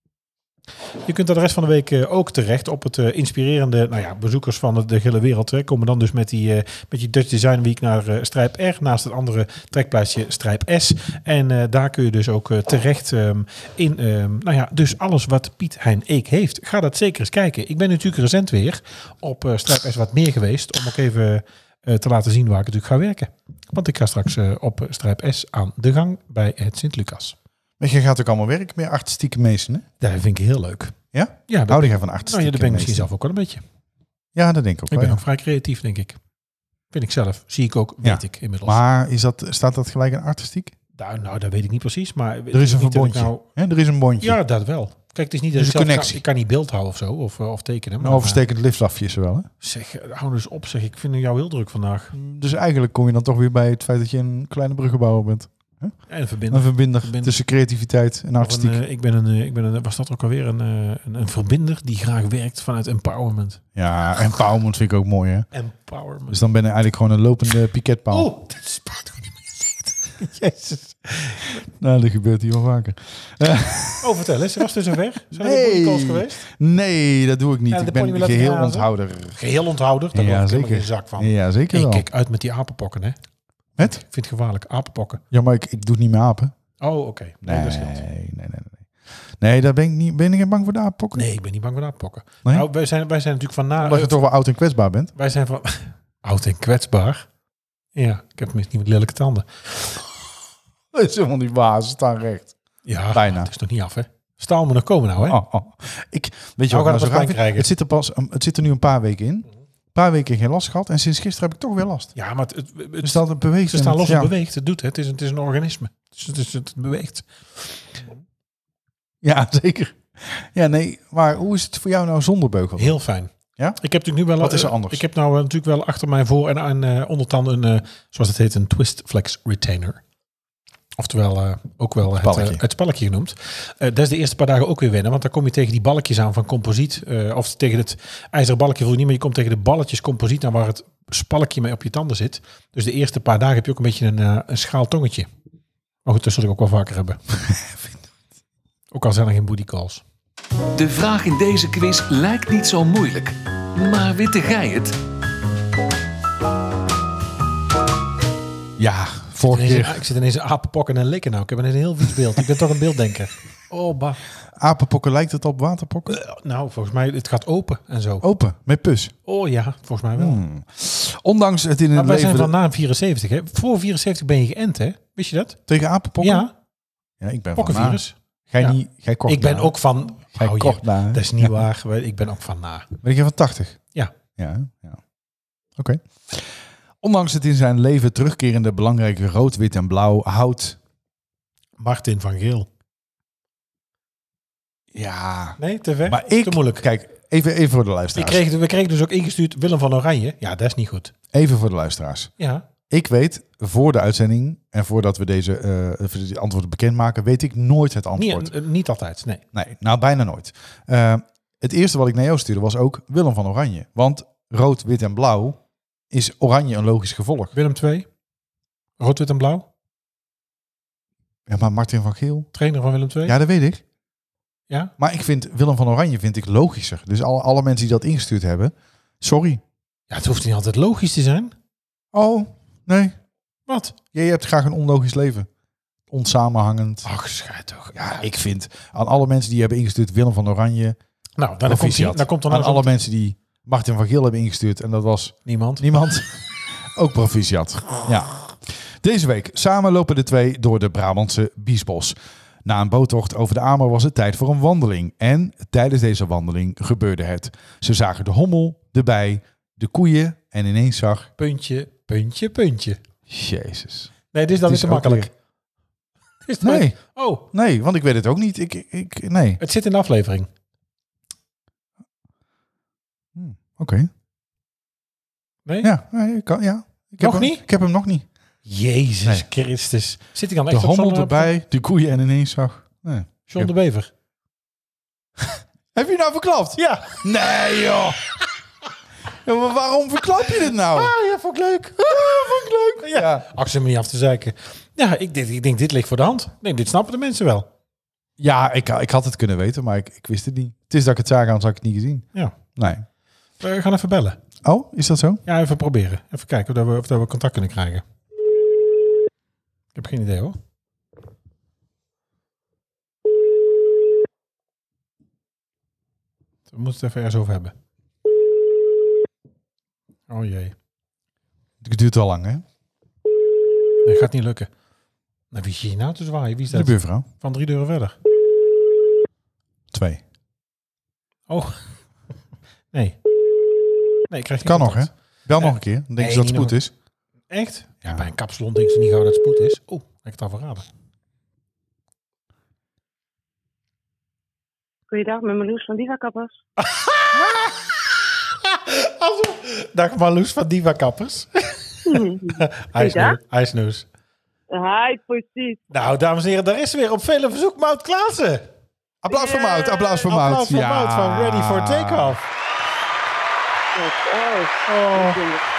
Je kunt daar de rest van de week uh, ook terecht op het uh, inspirerende, nou ja, bezoekers van de, de hele wereld. Hè, komen dan dus met die, uh, met die Dutch Design Week naar uh, Strijp R, naast het andere trekplaatsje Strijp S. En uh, daar kun je dus ook uh, terecht um, in, um, nou ja, dus alles wat Piet Hein Eek heeft. Ga dat zeker eens kijken. Ik ben natuurlijk recent weer op uh, Strijp S wat meer geweest, om ook even uh, te laten zien waar ik natuurlijk ga werken. Want ik ga straks uh, op Strijp S aan de gang bij het Sint-Lucas. Maar je gaat ook allemaal werken met artistieke meesten, hè? Dat vind ik heel leuk. Ja? Ja, dat, Hou jij van artistieke nou ja, dat ben ik misschien meesten? zelf ook wel een beetje. Ja, dat denk ik ook Ik wel, ben ja. ook vrij creatief, denk ik. Vind ik zelf. Zie ik ook, weet Ja. ik inmiddels. Maar is dat, staat dat gelijk aan artistiek? Nou, nou, dat weet ik niet precies. Maar Er is een niet dat ik verbondje. Nou, Hè, er is een bondje. ja, dat wel. Kijk, het is niet dat Dus ik een zelf connectie. kan, ik kan niet beeld houden of zo, of, uh, of tekenen. Een Maar, overstekend liftafje is er wel, hè? uh, zeg, hou dus op, zeg. Ik vind jou heel druk vandaag. Dus eigenlijk kom je dan toch weer bij het feit dat je een kleine bruggenbouwer bent. En verbinden. Een verbinder, Verbinder. tussen creativiteit en Of artistiek. een, uh, ik ben een, uh, ik ben een, was dat ook alweer een, uh, een, een verbinder die graag werkt vanuit empowerment. Ja, empowerment vind ik ook mooi, hè? Empowerment. Dus dan ben je eigenlijk gewoon een lopende piketpaal. Oh, dat is goed niet meer gezegd. Jezus. Nou, dat gebeurt hier wel vaker. Oh, vertel eens. Was het zover? Zijn er Nee. booty calls geweest? Nee, dat doe ik niet. Ja, de ik pony ben wil laten geheel grazen. onthouder. Geheel onthouder. Daar Ja, ja, ik zeker. geen zak van. Ja, zeker Ik wel. kijk uit met die apenpokken, hè. Met? Ik vind het gevaarlijk. Apenpokken. Ja, maar ik, ik doe het niet meer apen. Oh, oké. Okay. Nee, Nee, dat nee, scheelt. nee, nee, nee. Nee, daar ben ik niet. Ben ik bang voor de apenpokken? Nee, ik ben niet bang voor de apenpokken. Nee? Nou, wij zijn, wij zijn natuurlijk van na... Omdat je toch wel oud en kwetsbaar bent. Wij zijn van... Oud en kwetsbaar. Ja, ik heb tenminste niet met lelijke tanden. Dat is helemaal niet waar. Ze staan recht. Ja, Bijna. het is nog niet af, hè. Staal me nog komen nou, hè. Oh, oh. Ik, weet je Nou, wat gaat nou zo het pas raar vind? krijgen. Het zit er pas, het zit er nu een paar weken in. Een paar weken geen last gehad. En sinds gisteren heb ik toch weer last. Ja, maar het, het, het, Dus dat het beweegt. ze en staan het- los en ja. beweegt. Het doet het. Het is, het is een organisme. Dus het, is, het beweegt. Ja, zeker. Ja, nee. Maar hoe is het voor jou nou zonder beugel? Heel fijn. Ja? Ik heb natuurlijk nu wel... Wat is er eh, anders? Ik heb nou eh, natuurlijk wel achter mijn voor- en aan uh, ondertand een, uh, zoals het heet, een Twist Flex Retainer. Oftewel uh, ook wel het Spalletje. spalletje, uh, het spalletje genoemd. Uh, dat is de eerste paar dagen ook weer wennen. Want dan kom je tegen die balkjes aan van composiet. Uh, of tegen het ijzeren balkje voel je niet, maar je komt tegen de balletjes composiet aan waar het spalkje mee op je tanden zit. Dus de eerste paar dagen heb je ook een beetje een, uh, een schaal tongetje. Maar goed, dat zul ik ook wel vaker hebben. Ook al zijn er geen booty calls. De vraag in deze quiz lijkt niet zo moeilijk. Maar witte gij het? Ja, vorige Ineens- keer. ik zit ineens een apenpokken en likken nou. Ik heb een heel vies beeld. Ik ben toch een beelddenker. Oh, bah. Apenpokken lijkt het op waterpokken? Nou, volgens mij, het gaat open en zo. Open, met pus. Oh ja, volgens mij wel. Hmm. Ondanks het in Maar het wij leven... zijn van na vierenzeventig, hè? Voor vierenzeventig ben je geënt, hè? Wist je dat? Tegen apenpokken? Ja, Ja, ik ben van na. pokkenvirus. Gij Ja. niet, gij kort Ik ben na. ook van... Gij Hou je- kort na. hè? Dat is niet waar. Ik ben ook van na. Ben je van tachtig? Ja. Ja, ja. Oké. Ondanks het in zijn leven terugkerende belangrijke rood, wit en blauw houdt... Martin van Geel. Ja... Nee, te ver? Maar ik... Te moeilijk. Kijk, even, even voor de Ik luisteraars. kreeg, we kregen dus ook ingestuurd Willem van Oranje. Ja, dat is niet goed. Even voor de luisteraars. Ja. Ik weet voor de uitzending en voordat we deze uh, antwoorden bekendmaken, weet ik nooit het antwoord. Niet, niet altijd, nee. Nee, nou bijna nooit. Uh, het eerste wat ik naar jou stuurde was ook Willem van Oranje. Want rood, wit en blauw is oranje een logisch gevolg. Willem twee, rood, wit en blauw. Ja, maar Martin van Geel? Trainer van Willem twee? Ja, dat weet ik. Ja? Maar ik vind Willem van Oranje vind ik logischer. Dus alle, alle mensen die dat ingestuurd hebben, sorry. Ja, het hoeft niet altijd logisch te zijn. Oh, nee. Wat? Jij hebt graag een onlogisch leven. Onsamenhangend. Ach, schijt toch. Ja, ik vind aan alle mensen die hebben ingestuurd Willem van Oranje. Nou, dan komt, hij, dan komt er nou aan alle mensen die Martin van Geel hebben ingestuurd. En dat was niemand. Niemand. Ook proficiat. Ja. Deze week samen lopen de twee door de Brabantse Biesbos. Na een boottocht over de Amer was het tijd voor een wandeling. En tijdens deze wandeling gebeurde het. Ze zagen de hommel, de bij, de koeien en ineens zag... Puntje, puntje, puntje. Jezus. Nee, dit is dan niet te makkelijk. Is het nee. Oh. Nee, want ik weet het ook niet. Ik, ik, nee. Het zit in de aflevering. Hmm, Oké. Okay. Nee? Ja, nee, ik kan, ja. Ik nog heb niet? Hem, ik heb hem nog niet. Jezus nee. Christus. Zit ik dan echt de op hommel erbij, de koeien en ineens zag... Nee. John de Bever. Heb je nou verklapt? Ja. Nee, joh. Ja, maar waarom verklap je dit nou? Ah, ja, vond ik leuk. Ah, vond ik leuk. Ja. ja. Ach, ze me niet af te zeiken. Ja, ik, dit, ik denk, dit ligt voor de hand. Nee, dit snappen de mensen wel. Ja, ik, ik had het kunnen weten, maar ik, ik wist het niet. Het is dat ik het zag, anders had ik het niet gezien. Ja. Nee. We gaan even bellen. Oh, is dat zo? Ja, even proberen. Even kijken of we, of we contact kunnen krijgen. Ik heb geen idee, hoor. We moeten het even ergens over hebben. Oh jee. Het duurt al lang, hè? Nee, gaat niet lukken. Nou, wie is hier nou te zwaaien? Wie is dat? De buurvrouw. Van drie deuren verder. Twee. Oh. Nee. Nee, ik krijg kan nog, contact. hè? Bel nee. nog een keer. Dan denk nee, je dat het spoed nog... is. Echt? Ja, ja, bij een kapsalon denk ze niet gauw dat het spoed is. Oh, heb ik het al verraden. Goeiedag, met Marloes van Diva Kappers. Dag Marloes van Diva Kappers. Hij is nieuws. Hij is nieuws. Hi, precies. Nou, dames en heren, daar is ze weer op vele verzoek Maud Klaassen. Applaus voor Maud, applaus voor Maud. Applaus voor ja. Maud van Ready for Takeoff. Oh. oh.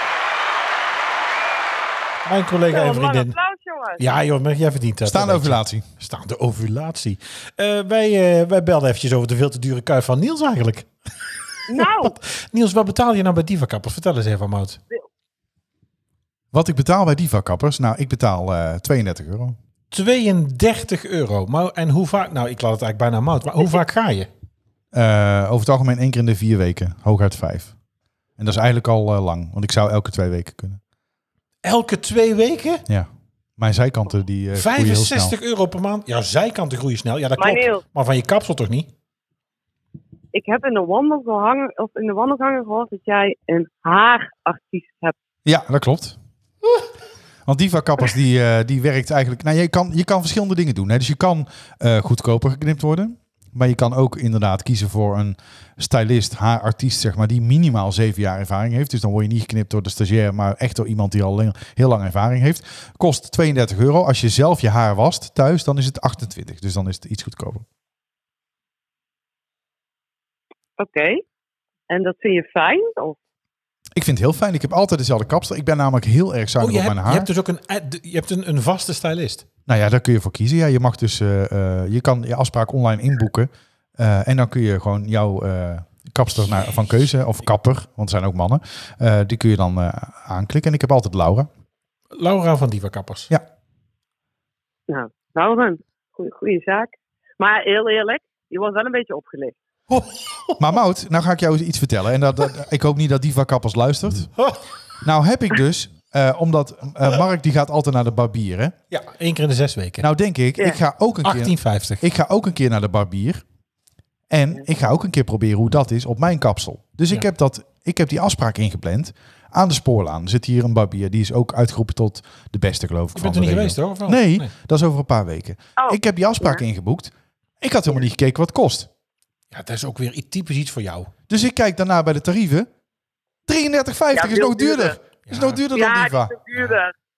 Mijn collega oh, en vriendin. Applaus, jongens. Ja, joh, maar jij verdient dat. Staande ovulatie. Staande ovulatie. Uh, wij, uh, wij belden eventjes over de veel te dure kuif van Niels eigenlijk. Nou. Niels, wat betaal je nou bij Diva Kappers? Vertel eens even, Maud. Wat ik betaal bij Diva Kappers? Nou, ik betaal uh, tweeëndertig euro. tweeëndertig euro. Maar, en hoe vaak? Nou, ik laat het eigenlijk bijna Maud. Maar hoe vaak ga je? Uh, over het algemeen één keer in de vier weken. Hooguit vijf. En dat is eigenlijk al uh, lang. Want ik zou elke twee weken kunnen. Elke twee weken? Ja. Mijn zijkanten die uh, vijfenzestig euro per maand? Ja, zijkanten groeien snel. Ja, dat klopt. Maar, maar van je kapsel toch niet? Ik heb in de wandelgangen, of in de wandelgangen gehoord dat jij een haarartiest hebt. Ja, dat klopt. Want Diva Kappers die, uh, die werkt eigenlijk... Nou, je kan, je kan verschillende dingen doen. Hè? Dus je kan uh, goedkoper geknipt worden. Maar je kan ook inderdaad kiezen voor een stylist, haarartiest, zeg maar, die minimaal zeven jaar ervaring heeft. Dus dan word je niet geknipt door de stagiair, maar echt door iemand die al lang, heel lang ervaring heeft. Kost tweeëndertig euro. Als je zelf je haar wast thuis, dan is het achtentwintig. Dus dan is het iets goedkoper. Oké. Okay. En dat vind je fijn? Of? Ik vind het heel fijn. Ik heb altijd dezelfde kapsel. Ik ben namelijk heel erg zuinig oh, op hebt, mijn haar. Je hebt dus ook een, je hebt een, een vaste stylist? Nou ja, daar kun je voor kiezen. Ja, je mag dus, uh, uh, je kan je afspraak online inboeken. Uh, en dan kun je gewoon jouw uh, kapster naar, van keuze, of kapper, want er zijn ook mannen, uh, die kun je dan uh, aanklikken. En ik heb altijd Laura. Laura van Diva Kappers. Ja. Nou, Laura, goede zaak. Maar heel eerlijk, je wordt wel een beetje opgelicht. Oh. Maar Maud, nou ga ik jou eens iets vertellen. En dat, dat, ik hoop niet dat Diva Kappers luistert. Nou heb ik dus, uh, omdat uh, Mark die gaat altijd naar de barbier, hè? Ja, één keer in de zes weken. Nou denk ik, ja. ik ga ook een achttien vijftig. keer. Ik ga ook een keer naar de barbier. En ik ga ook een keer proberen hoe dat is op mijn kapsel. Dus ja. ik, heb dat, ik heb die afspraak ingepland. Aan de Spoorlaan zit hier een barbier. Die is ook uitgeroepen tot de beste, geloof ik. Je bent er niet geweest, hoor? Of wel? Nee, nee, dat is over een paar weken. Oh. Ik heb die afspraak ja. ingeboekt. Ik had helemaal niet gekeken wat het kost. Ja, dat is ook weer typisch iets voor jou. Dus ik kijk daarna bij de tarieven. drieëndertig vijftig ja, is nog duurder. duurder. Ja. Is nog duurder ja, dan Diva. Ja, is duurder.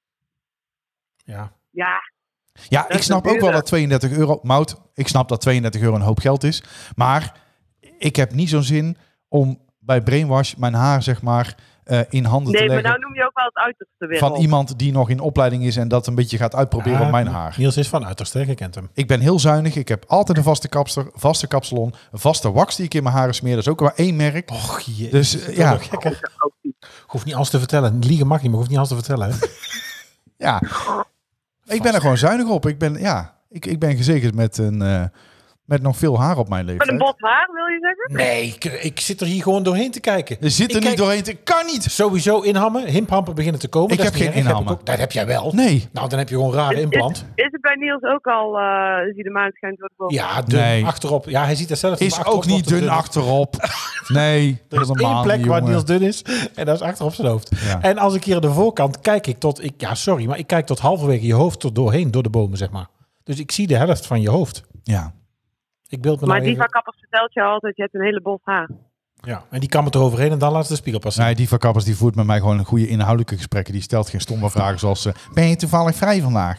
Ja. Ja, Ja, Dat ik is snap ook wel duurder. dat tweeëndertig euro... Mout, ik snap dat tweeëndertig euro een hoop geld is. Maar ik heb niet zo'n zin om bij Brainwash mijn haar, zeg maar, uh, in handen nee, te maar leggen. nou noem je ook wel het uiterste weer Van op. iemand die nog in opleiding is en dat een beetje gaat uitproberen Ja, op mijn haar. Niels is van uiterst, hè? Je kent hem. Ik ben heel zuinig. Ik heb altijd een vaste kapster, vaste kapsalon, een vaste wax die ik in mijn haren smeer. Dat is ook maar één merk. Och, je. Dus uh, ja, Hoeft niet alles te vertellen. Liegen mag niet, maar hoeft niet alles te vertellen. Hè? ja. Ik ben er gewoon zuinig op. Ik ben, ja, ik, ik ben gezegend met, een, uh, met nog veel haar op mijn Met leeftijd. een bot haar, wil je zeggen? Nee, ik, ik zit er hier gewoon doorheen te kijken. Er zit er Ik niet kijk- doorheen. Te, kan niet. Sowieso inhammen. Himphampen beginnen te komen. Ik Dat heb is niet geen erg. Heb ik inhammen. ook- Dat heb jij wel. Nee. Nou, dan heb je gewoon een rare Is, implant. is, is het bij Niels ook al, uh, is hij de maan schijnt door de boven? Ja, dun Nee. achterop. Ja, hij ziet het zelf. Is maar achterop ook niet wordt het dun dunner. achterop. Nee. Er is één plek waar Niels dun is. En dat is achter op zijn hoofd. Ja. En als ik hier aan de voorkant kijk ik tot... Ik, ja, sorry, maar ik kijk tot halverwege je hoofd er doorheen. Door de bomen, zeg maar. Dus ik zie de helft van je hoofd. Ja. Ik beeld me Maar nou Diva even... Kappers vertelt je altijd, je hebt een hele bos haar. Ja, en die kan het eroverheen en dan laat ze de spiegel passen. Nee, die van Kappers die voert met mij gewoon een goede inhoudelijke gesprekken. Die stelt geen stomme vragen zoals... Uh, ben je toevallig vrij vandaag?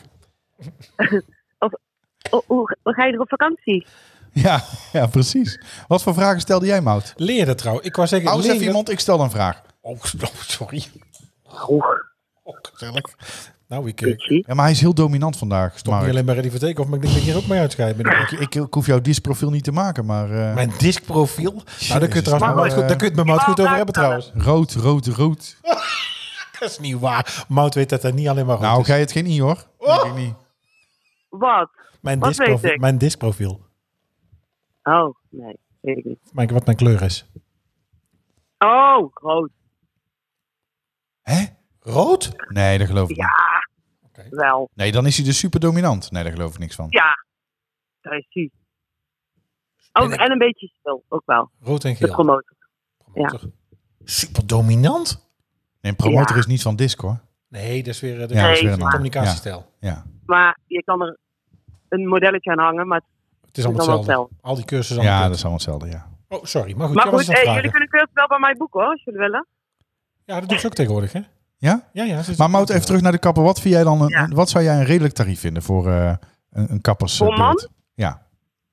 Hoe, hoe, hoe ga je er op vakantie? Ja, ja, precies. Wat voor vragen stelde jij, Mout? Leer het trouw. Ik wou zeggen... Hou eens leer even het- iemand, ik stel een vraag. Oh, oh, sorry. Oeh, Oh, gezellig. Nou, ik, eh, ik bitchy. Ja, maar hij is heel dominant vandaag. stop Mark. niet alleen maar ready for take-off, maar ik denk dat ik hier ook mee uitscheid. Ik, ik, ik hoef jouw disprofiel niet te maken, maar... uh, Mijn discprofiel. Nou, daar kun je trouwens maar, met Mout goed, eh, daar kun je het met Mout goed over hebben trouwens. rood, rood, rood. Dat is niet waar. Mout weet dat dat niet alleen maar goed Nou, is. ga je het geen i hoor. Denk ik niet. Wat? Mijn wat discprofiel. weet ik? Mijn discprofiel. Oh, nee, weet ik niet. Mijn, wat mijn kleur is. Oh, groot. Hè? Rood? Nee, dat geloof ik niet. Wel. Nee, dan is hij dus super dominant. Nee, daar geloof ik niks van. Ja, daar is hij. Oh, en een beetje stil, ook wel. Rood en De geel. promotor. Promotor. Super dominant? Nee, een promotor Ja. is niet van disc hoor. Nee, dat is weer eh, de Ja, dat is weer Nee, een ander. communicatiestijl. Ja. Maar je kan er een modelletje aan hangen, maar... Het is allemaal Het is allemaal hetzelfde. Al die cursussen Ja, allemaal dat is allemaal hetzelfde, ja. Oh, sorry. Maar goed, Maar jij was goed, aan het hey, vragen. jullie kunnen cursus wel bij mij boeken hoor, als jullie willen. Ja, dat doe ik ook tegenwoordig, hè? Ja? Ja, ja. Maar Mout, even terug naar de kapper. Wat, vind jij dan een, Ja. een- wat zou jij een redelijk tarief vinden voor uh, een, een kappers? Voor een man? beurt? Ja.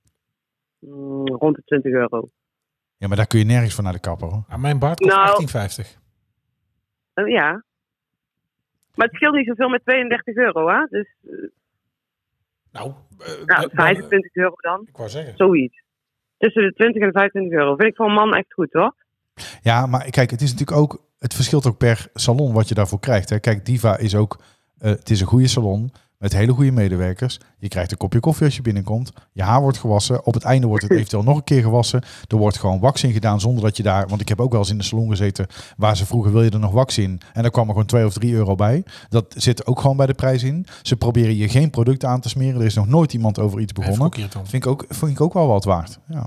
Mm, rond de twintig euro. Ja, maar daar kun je nergens voor naar de kapper hoor. Ah, mijn baard kost Nou. achttien vijftig. Uh, ja. Maar het scheelt niet zoveel met tweeëndertig euro, hè? Dus uh, Nou, uh, nou, vijfentwintig euro dan. Ik wou zeggen. Zoiets. Tussen de twintig en de vijfentwintig euro. Vind ik voor een man echt goed, hoor. Ja, maar kijk, het is natuurlijk ook... Het verschilt ook per salon wat je daarvoor krijgt. Hè. Kijk, Diva is ook... Uh, het is een goede salon met hele goede medewerkers. Je krijgt een kopje koffie als je binnenkomt. Je haar wordt gewassen. Op het einde wordt het eventueel nog een keer gewassen. Er wordt gewoon wax in gedaan zonder dat je daar... Want ik heb ook wel eens in de salon gezeten waar ze vroegen, wil je er nog wax in? En daar kwam er gewoon twee of drie euro bij. Dat zit ook gewoon bij de prijs in. Ze proberen je geen producten aan te smeren. Er is nog nooit iemand over iets begonnen. Vind ik ook, vind ik ook wel wat waard. Ja.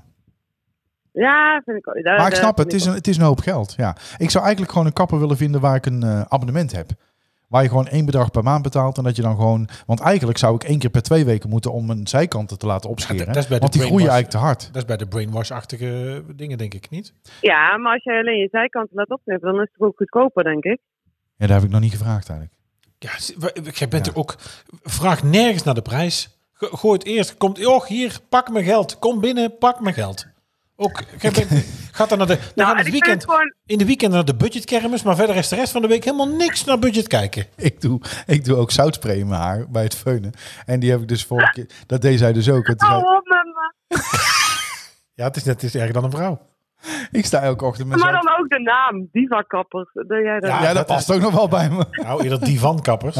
Ja, vind ik ook. Daar, Maar ik snap daar het, het vind is, ik een, het is een hoop geld. Ja. Ik zou eigenlijk gewoon een kapper willen vinden waar ik een uh, abonnement heb. Waar je gewoon één bedrag per maand betaalt en dat je dan gewoon... Want eigenlijk zou ik één keer per twee weken moeten om mijn zijkanten te laten opscheren. Ja, dat is bij de want die groeien brainwash. eigenlijk te hard. Dat is bij de brainwash-achtige dingen, denk ik niet. Ja, maar als je alleen je zijkanten laat opknippen, dan is het ook goedkoper, denk ik. Ja, daar heb ik nog niet gevraagd eigenlijk. Ja, jij bent ja. er ook... Vraag nergens naar de prijs. Gooi het eerst. Komt, oh, hier, pak mijn geld. Kom binnen, pak mijn geld. Ook, jij bent, gaat dan naar de... Nou, naar het weekend, gewoon... In de weekend naar de budgetkermis, maar verder is de rest van de week helemaal niks naar budget kijken. Ik doe, ik doe ook zoutspray in mijn haar bij het feunen. En die heb ik dus vorige keer... Dat deed zij dus ook. Hou op met me. Ja, het is net het is erger dan een vrouw. Ik sta elke ochtend met Maar zout... dan ook de naam, Diva Kappers. Doe jij dat? Ja, ja, dat past ook nog wel bij me. Nou, eerder divankappers.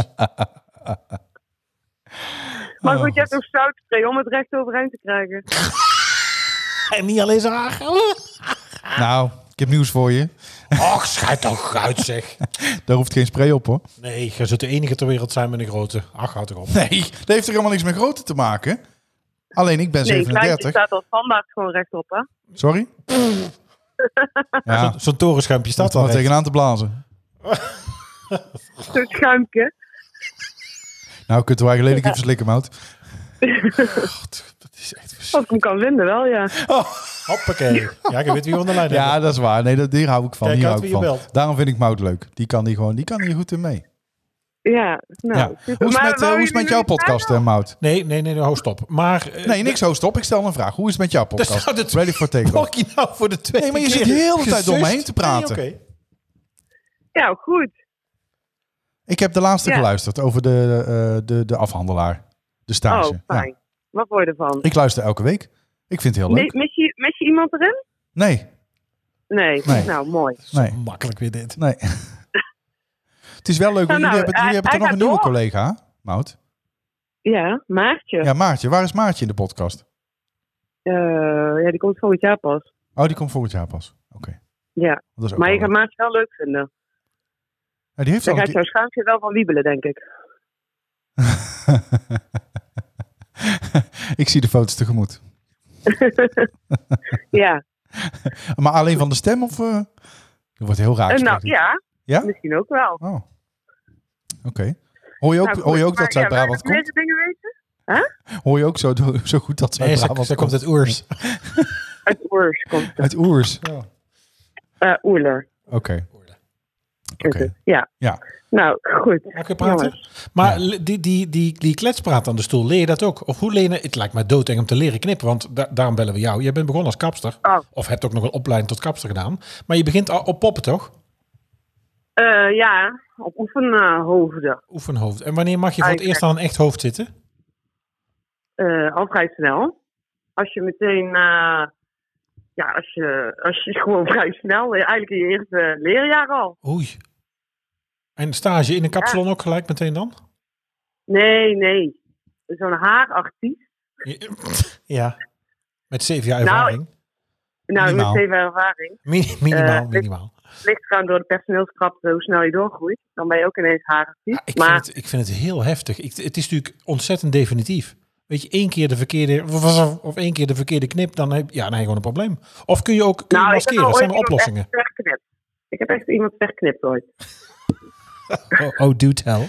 Maar goed, je hebt ook zoutspray om het recht overeind te krijgen. En niet alleen zijn haar. Nou, ik heb nieuws voor je. Och, schijt toch uit, zeg. Daar hoeft geen spray op, hoor. Nee, je zult de enige ter wereld zijn met een grote. Ach, houd toch op. Nee, dat heeft er helemaal niks met grootte te maken. Alleen ik ben Nee, kleintje zevenendertig. staat al standaard gewoon rechtop, hè? Sorry? Ja, Zo'n Zo'n torenschuimpje staat staat al er recht. tegenaan te blazen. Zo'n schuimpje. Nou, kunt u eigenlijk lelijk even slikken, Mout. God, dat is echt Als ik hem kan vinden, wel, ja. Hoppakee. Ja, ik weet wie we aan de lijn Ja, hebben. dat is waar. Nee, dat, hier hou ik van. Kijk Hier uit hou ik wie je van. belt. Daarom vind ik Mout leuk. Die kan hier gewoon, die kan hier goed in mee. Ja, nou. Ja. super. Hoe is het Maar met, eh, wou hoe is het met jullie jouw nog iets podcast, vragen? uh, Mout? Nee, nee, nee, ho, stop. Maar... eh, Nee, niks zo stop. Ik stel een vraag. Hoe is het met jouw Dus podcast? nou, dat- Ready for takeoff. Mag je nou voor de tweede Nee, maar je keer zit de hele tijd door me gesust? heen te praten. Nee, oké. Ja, goed. Ik heb de laatste Ja. geluisterd over de, uh, de, de afhandelaar. De stage. Oh, fijn. Ja. Wat vond je ervan? Ik luister elke week. Ik vind het heel leuk. Nee, mis, je, mis je iemand erin? Nee, Nee. Nee. Nou, mooi. nee, Zo makkelijk weer dit. nee. Het is wel leuk, want Nou, jullie hebben, hij- jullie hebben toch hij nog een gaat nieuwe door. collega, Mout? Ja, Maartje. Ja, Maartje. Waar is Maartje in de podcast? Eh, ja, die komt volgend jaar pas. Oh, die komt volgend jaar pas. Oké. Ja. Dat is ook Maar je wel gaat leuk. Maartje wel leuk vinden. Ja, die heeft Daar al een gaat jouw schuimpje wel van wiebelen, denk ik. keer- Ik zie de foto's tegemoet. Ja. Maar alleen van de stem of... Uh... Dat wordt heel raar. En nou, gesproken. ja. Ja? Misschien ook wel. Oh. Oké. Hoor je ook, Nou, hoor je goed, ook dat maar zij ja, Brabant wil je komt? deze dingen weten? Hoor je ook zo, zo goed dat zij Nee, ze, Brabant ze komt uit Oers. Uit Oers komt ze. Uit Oers. Eh, Oerler. Oké. is Oké. het. Ja. Ja. Nou, goed. Mag ik praten? Jongens. Maar die, die, die, die kletspraat aan de stoel, leer je dat ook? Of hoe leer je... Het lijkt mij doodeng om te leren knippen, want da- daarom bellen we jou. Jij bent begonnen als kapster. Oh. Of hebt ook nog een opleiding tot kapster gedaan. Maar je begint al op poppen, toch? Eh, ja, op oefenhoofden. Oefenhoofd. En wanneer mag je voor het eerst aan een echt hoofd zitten? Eh, al vrij snel. Als je meteen... eh, ja, als je, als je gewoon vrij snel... Eigenlijk in je eerste leerjaar al. Oei. En stage in een kapsalon ook gelijk meteen dan? Nee, nee. Zo'n haarartiest. Ja. Met zeven jaar Nou, ervaring. Nou, Minimaal. met zeven jaar ervaring. Min- minimaal, eh, minimaal. Ligt gewoon door de personeelskrap hoe snel je doorgroeit. Dan ben je ook ineens haarartiest. Ja, ik, maar vind het, ik vind het heel heftig. Ik, het is natuurlijk ontzettend definitief. Weet je, één keer de verkeerde... Of, of één keer de verkeerde knip, dan heb, ja, dan heb je gewoon een probleem. Of kun je ook kun je nou, ik heb maskeren? al Er zijn ooit er iemand oplossingen. echt wegknipt. Ik heb echt iemand weggeknipt ooit. Oh, oh, do tell.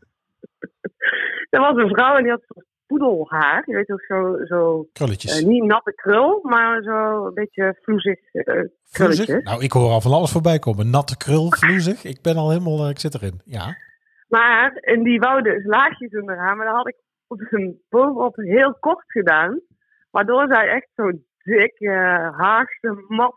Er was een vrouw en die had zo'n poedelhaar. Je weet ook zo, zo Krulletjes. eh, niet natte krul, maar zo een beetje vloezig uh, Vloezig? krulletjes. Nou, ik hoor al van alles voorbij komen. Natte krul, vloezig. Ik ben al helemaal... eh, Ik zit erin. Ja. Maar, en die wou dus laagjes onder haar, maar dan had ik op zijn bovenop heel kort gedaan. Waardoor zij echt zo dik, uh, haagse, mat.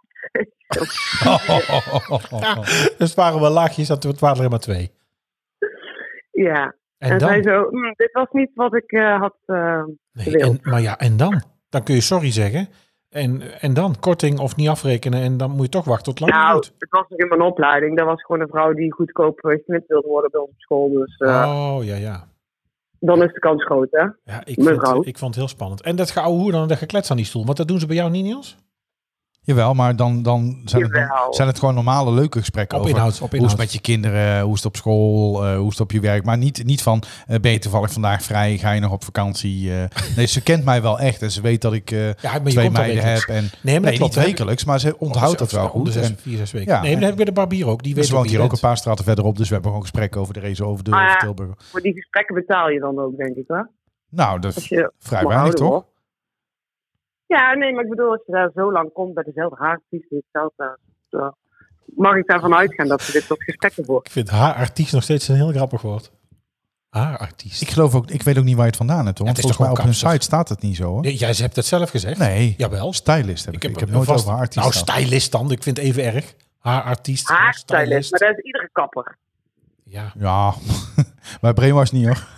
Ja, dus het waren wel laagjes, het waren er maar twee. Ja. En, En, dan? zij zo, "Hm, dit was niet wat ik uh, had uh, Nee, gewild. en, maar ja, en dan? Dan kun je sorry zeggen. En, en dan? Korting of niet afrekenen. En dan moet je toch wachten tot lang. Nou, goed. het was nog in mijn opleiding. Dat was gewoon een vrouw die goedkoop uh, geknipt wilde worden bij ons op school. Dus uh, Oh, ja, ja. dan is de kans groot, hè? Ja, ik, Mevrouw. vind, ik vond het heel spannend. En dat geouwe hoe dan dat geklets aan die stoel. Want dat doen ze bij jou niet, Niels? Jawel, maar dan, dan zijn, het, Jawel. zijn het gewoon normale leuke gesprekken Op over inhoud, op hoe is inhoud. het met je kinderen, hoe is het op school, uh, hoe is het op je werk. Maar niet, niet van, uh, ben je toevallig vandaag vrij, ga je nog op vakantie. Uh, nee, ze kent mij wel echt en ze weet dat ik uh, Ja, maar je twee komt al meiden heb. wekelijks. En, Nee, maar dat nee, klopt, niet hè? wekelijks, maar ze onthoudt dat wel Om de goed. zes, En, vier, zes weken. Ja, nee, en- dan heb ik bij de barbier ook. Die weet dus ook woont wie hier je ook een bent. paar straten verderop, dus we hebben gewoon gesprekken over de race over de Ah, ja. Tilburg. Voor die gesprekken betaal je dan ook, denk ik, hoor. Nou, dat Als is je vrij mag weinig, houden, toch? hoor. Ja, nee, maar ik bedoel, als je daar zo lang komt bij dezelfde haarartiest, die hetzelfde, uh, mag ik daarvan uitgaan dat ze dit tot gesprekken voeren. Ik vind haar artiest nog steeds een heel grappig woord. Haar artiest. Ik geloof ook, ik weet ook niet waar je het vandaan hebt, hoor. Ja, Want het is volgens mij toch op hun gewoon site staat het niet zo, hoor. Nee, jij hebt het zelf gezegd. Nee, Jawel. stylist heb ik. Ik heb, nooit vast- over artiest Nou, gehad. stylist dan. Ik vind het even erg. Haar artiest. haar Haarstylist, maar dat is iedere kapper. Ja. Ja, bij Brainwash niet, hoor.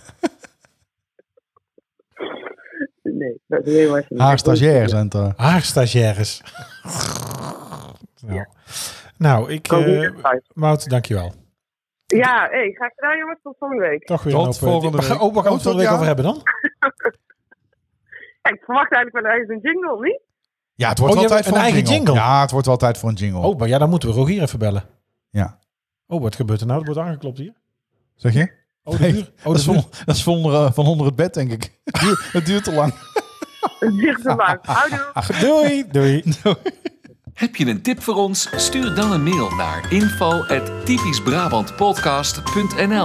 Nee, dat is heel erg niet. Haar stagiair zijn het. uh, Haar stagiaires. nou. nou, ik... Kan niet Uh, eruit. Wout, dankjewel. Ja, hey, graag gedaan jongens, tot volgende week. Toch weer Tot een hoop, eh, volgende die- week. Oh, waar gaan we het Oh, volgende week tot- over hebben dan? Ja, ik verwacht eigenlijk wel ergens een jingle, niet? Ja, het wordt Oh, wel je tijd hebt voor een een eigen jingle. jingle? Ja, het wordt wel tijd voor een jingle. Oh, maar ja, dan moeten we Rogier even bellen. Ja. Oh, wat gebeurt er nou? Het wordt aangeklopt hier. Zeg je? Oh, de Nee, buur. Oh, dat, is de buur. van, dat is van, onder, eh, van onder het bed, denk ik. Het duurt, het duurt te lang. Het duurt te lang. Houdoe. Doei, doei. Heb je een tip voor ons? Stuur dan een mail naar info at typisch brabant podcast punt n l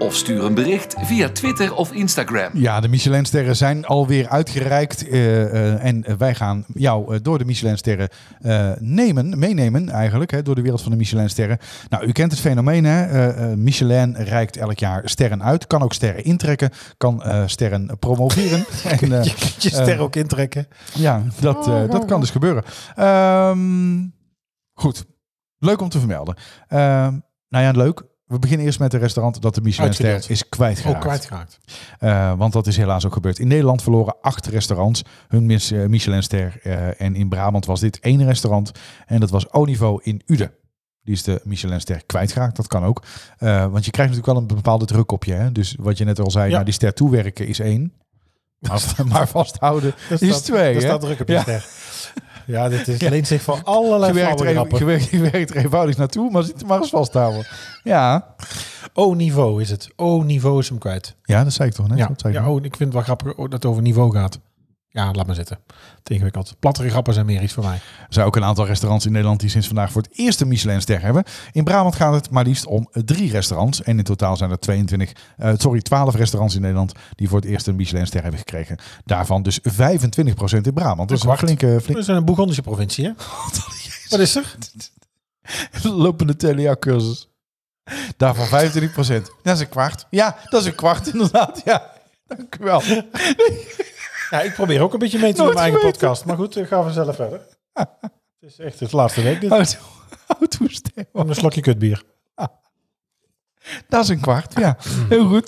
Of stuur een bericht via Twitter of Instagram. Ja, de Michelinsterren zijn alweer uitgereikt. Uh, uh, en wij gaan jou uh, door de Michelinsterren uh, nemen, meenemen eigenlijk, hè, door de wereld van de Michelinsterren. Nou, u kent het fenomeen, hè? Uh, uh, Michelin reikt elk jaar sterren uit. Kan ook sterren intrekken. Kan uh, sterren promoveren. en, uh, je kunt je ster uh, ook intrekken. Ja, dat, uh, dat kan dus gebeuren. Um, goed. Leuk om te vermelden. Uh, nou ja, leuk. We beginnen eerst met een restaurant dat de Michelinster is kwijtgeraakt. Oh, kwijtgeraakt. Uh, want dat is helaas ook gebeurd. In Nederland verloren acht restaurants hun uh, Michelinster. Uh, en in Brabant was dit één restaurant. En dat was Au-Niveau in Uden. Die is de Michelinster kwijtgeraakt. Dat kan ook. Uh, want je krijgt natuurlijk wel een bepaalde druk op je. Hè? Dus wat je net al zei, ja. nou, die ster toewerken is één. Maar, maar vasthouden is staat, twee. Er hè? staat druk op je ja. ster. Ja, dit is, leent zich voor allerlei flauwe grappen. Je werkt, je werkt er eenvoudig naartoe, maar zit er maar eens vasthouden. Ja. O-niveau is het. O-niveau is hem kwijt. Ja, dat zei ik toch net? Ja, zei ik, ja oh, ik vind het wel grappig dat het over niveau gaat. Ja, laat maar zitten. Te ingewikkeld. Plattere grappen zijn meer iets voor mij. Er zijn ook een aantal restaurants in Nederland die sinds vandaag voor het eerst een Michelinster hebben. In Brabant gaat het maar liefst om drie restaurants. En in totaal zijn er tweeëntwintig, uh, sorry, twaalf restaurants in Nederland die voor het eerst een Michelinster hebben gekregen. Daarvan dus vijfentwintig procent in Brabant. Dat is een flinke... flinke... We zijn een Bourgondische provincie, hè? Wat is er? Lopende T L A-cursus. Daarvan vijfentwintig procent. Dat is een kwart. Ja, dat is een kwart inderdaad. Ja, dank u wel. Ja, ik probeer ook een beetje mee te doen met mijn eigen podcast. Maar goed, gaan we zelf verder. Het is echt het laatste week dit. Autostem. En een slokje kutbier. Ah. Dat is een kwart, ja. Heel goed.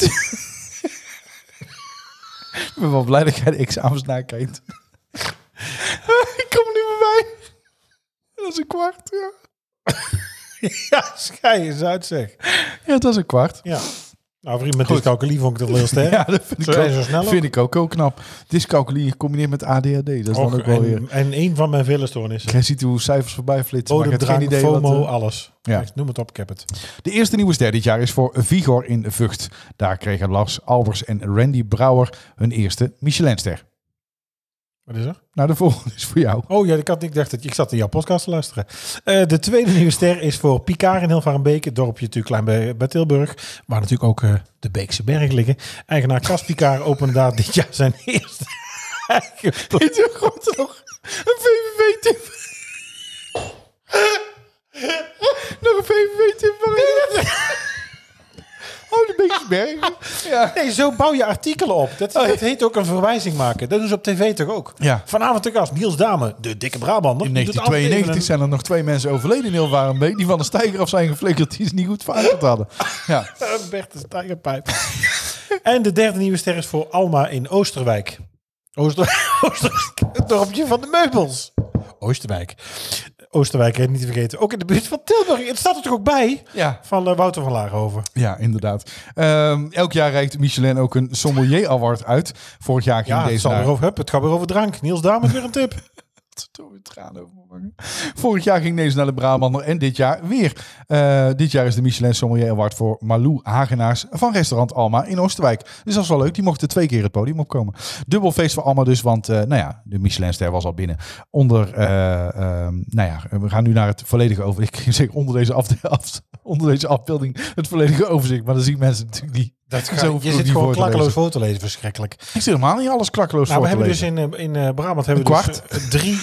Ik ben wel blij dat jij de examens nakijkt. Ik kom er niet meer bij. Dat is een kwart, ja. Ja, schei eens uit, zeg. Ja, dat is een kwart. Ja. Nou, vriend, met dyscalculie vond ik dat heel sterk. Ja, dat vind, ik ook, zo snel vind ik ook heel knap. Dyscalculie gecombineerd met A D H D. Dat is Och, dan ook wel en, weer... En een van mijn vele stoornissen. Jij ziet hoe cijfers voorbij flitsen. Bodem, drank, geen idee FOMO, wat, uh... alles. Ja. Noem het op, ik heb het. De eerste nieuwe ster dit jaar is voor Vigor in Vught. Daar kregen Lars Albers en Randy Brouwer hun eerste Michelinster. Wat is er? Nou, de volgende is voor jou. Oh ja, ik, had, ik dacht dat ik zat in jouw podcast te luisteren. Uh, de tweede nieuwe ster is voor Picard in Hilvarenbeek. Het dorpje natuurlijk klein bij, bij Tilburg. Waar natuurlijk ook uh, de Beekse Berg liggen. Eigenaar Cas Picard opende daar dit jaar zijn eerste eigen... Weet je god nog? Een V V V-tip. Nog een V V V-tip van Oh, de Beekse Berg. Ja. Nee, zo bouw je artikelen op. Dat, dat heet ook een verwijzing maken. Dat doen ze op tv toch ook? Ja. Vanavond te gast Niels Dame, de dikke Brabander. In negentien tweeënnegentig zijn er nog twee mensen overleden in Hilvarenbeek die van de steiger af zijn geflikkerd die ze niet goed veruiteld hadden. Ja. Bert de Steigerpijp. En de derde nieuwe ster is voor Alma in Oosterwijk. Ooster... Oosterwijk, het dorpje van de meubels. Oosterwijk. Oosterwijk, hè, niet te vergeten. Ook in de buurt van Tilburg. Het staat er toch ook bij? Ja. Van uh, Wouter van Laarhoven. Ja, inderdaad. Um, elk jaar reikt Michelin ook een Sommelier Award uit. Vorig jaar ging ja, deze het, zal naar... weer over, hup, het gaat weer over drank. Niels Dame, weer een tip. Vorig jaar ging deze naar de Brabander en dit jaar weer. Uh, dit jaar is de Michelin Sommelier Award voor Malou Hagenaars van restaurant Alma in Oosterwijk. Dus dat is wel leuk. Die mochten twee keer het podium opkomen. Dubbel feest voor Alma dus, want uh, nou ja, de Michelinster was al binnen. Onder, uh, uh, nou ja, we gaan nu naar het volledige overzicht. Ik zeg onder deze, af, af, onder deze afbeelding het volledige overzicht. Maar dan zien mensen natuurlijk niet. Dat ga, zo je zit gewoon klakkeloos voor te lezen, verschrikkelijk. Ik zit helemaal niet alles klakkeloos nou, voor te lezen. We hebben dus in, in uh, Brabant hebben we dus, uh, drie...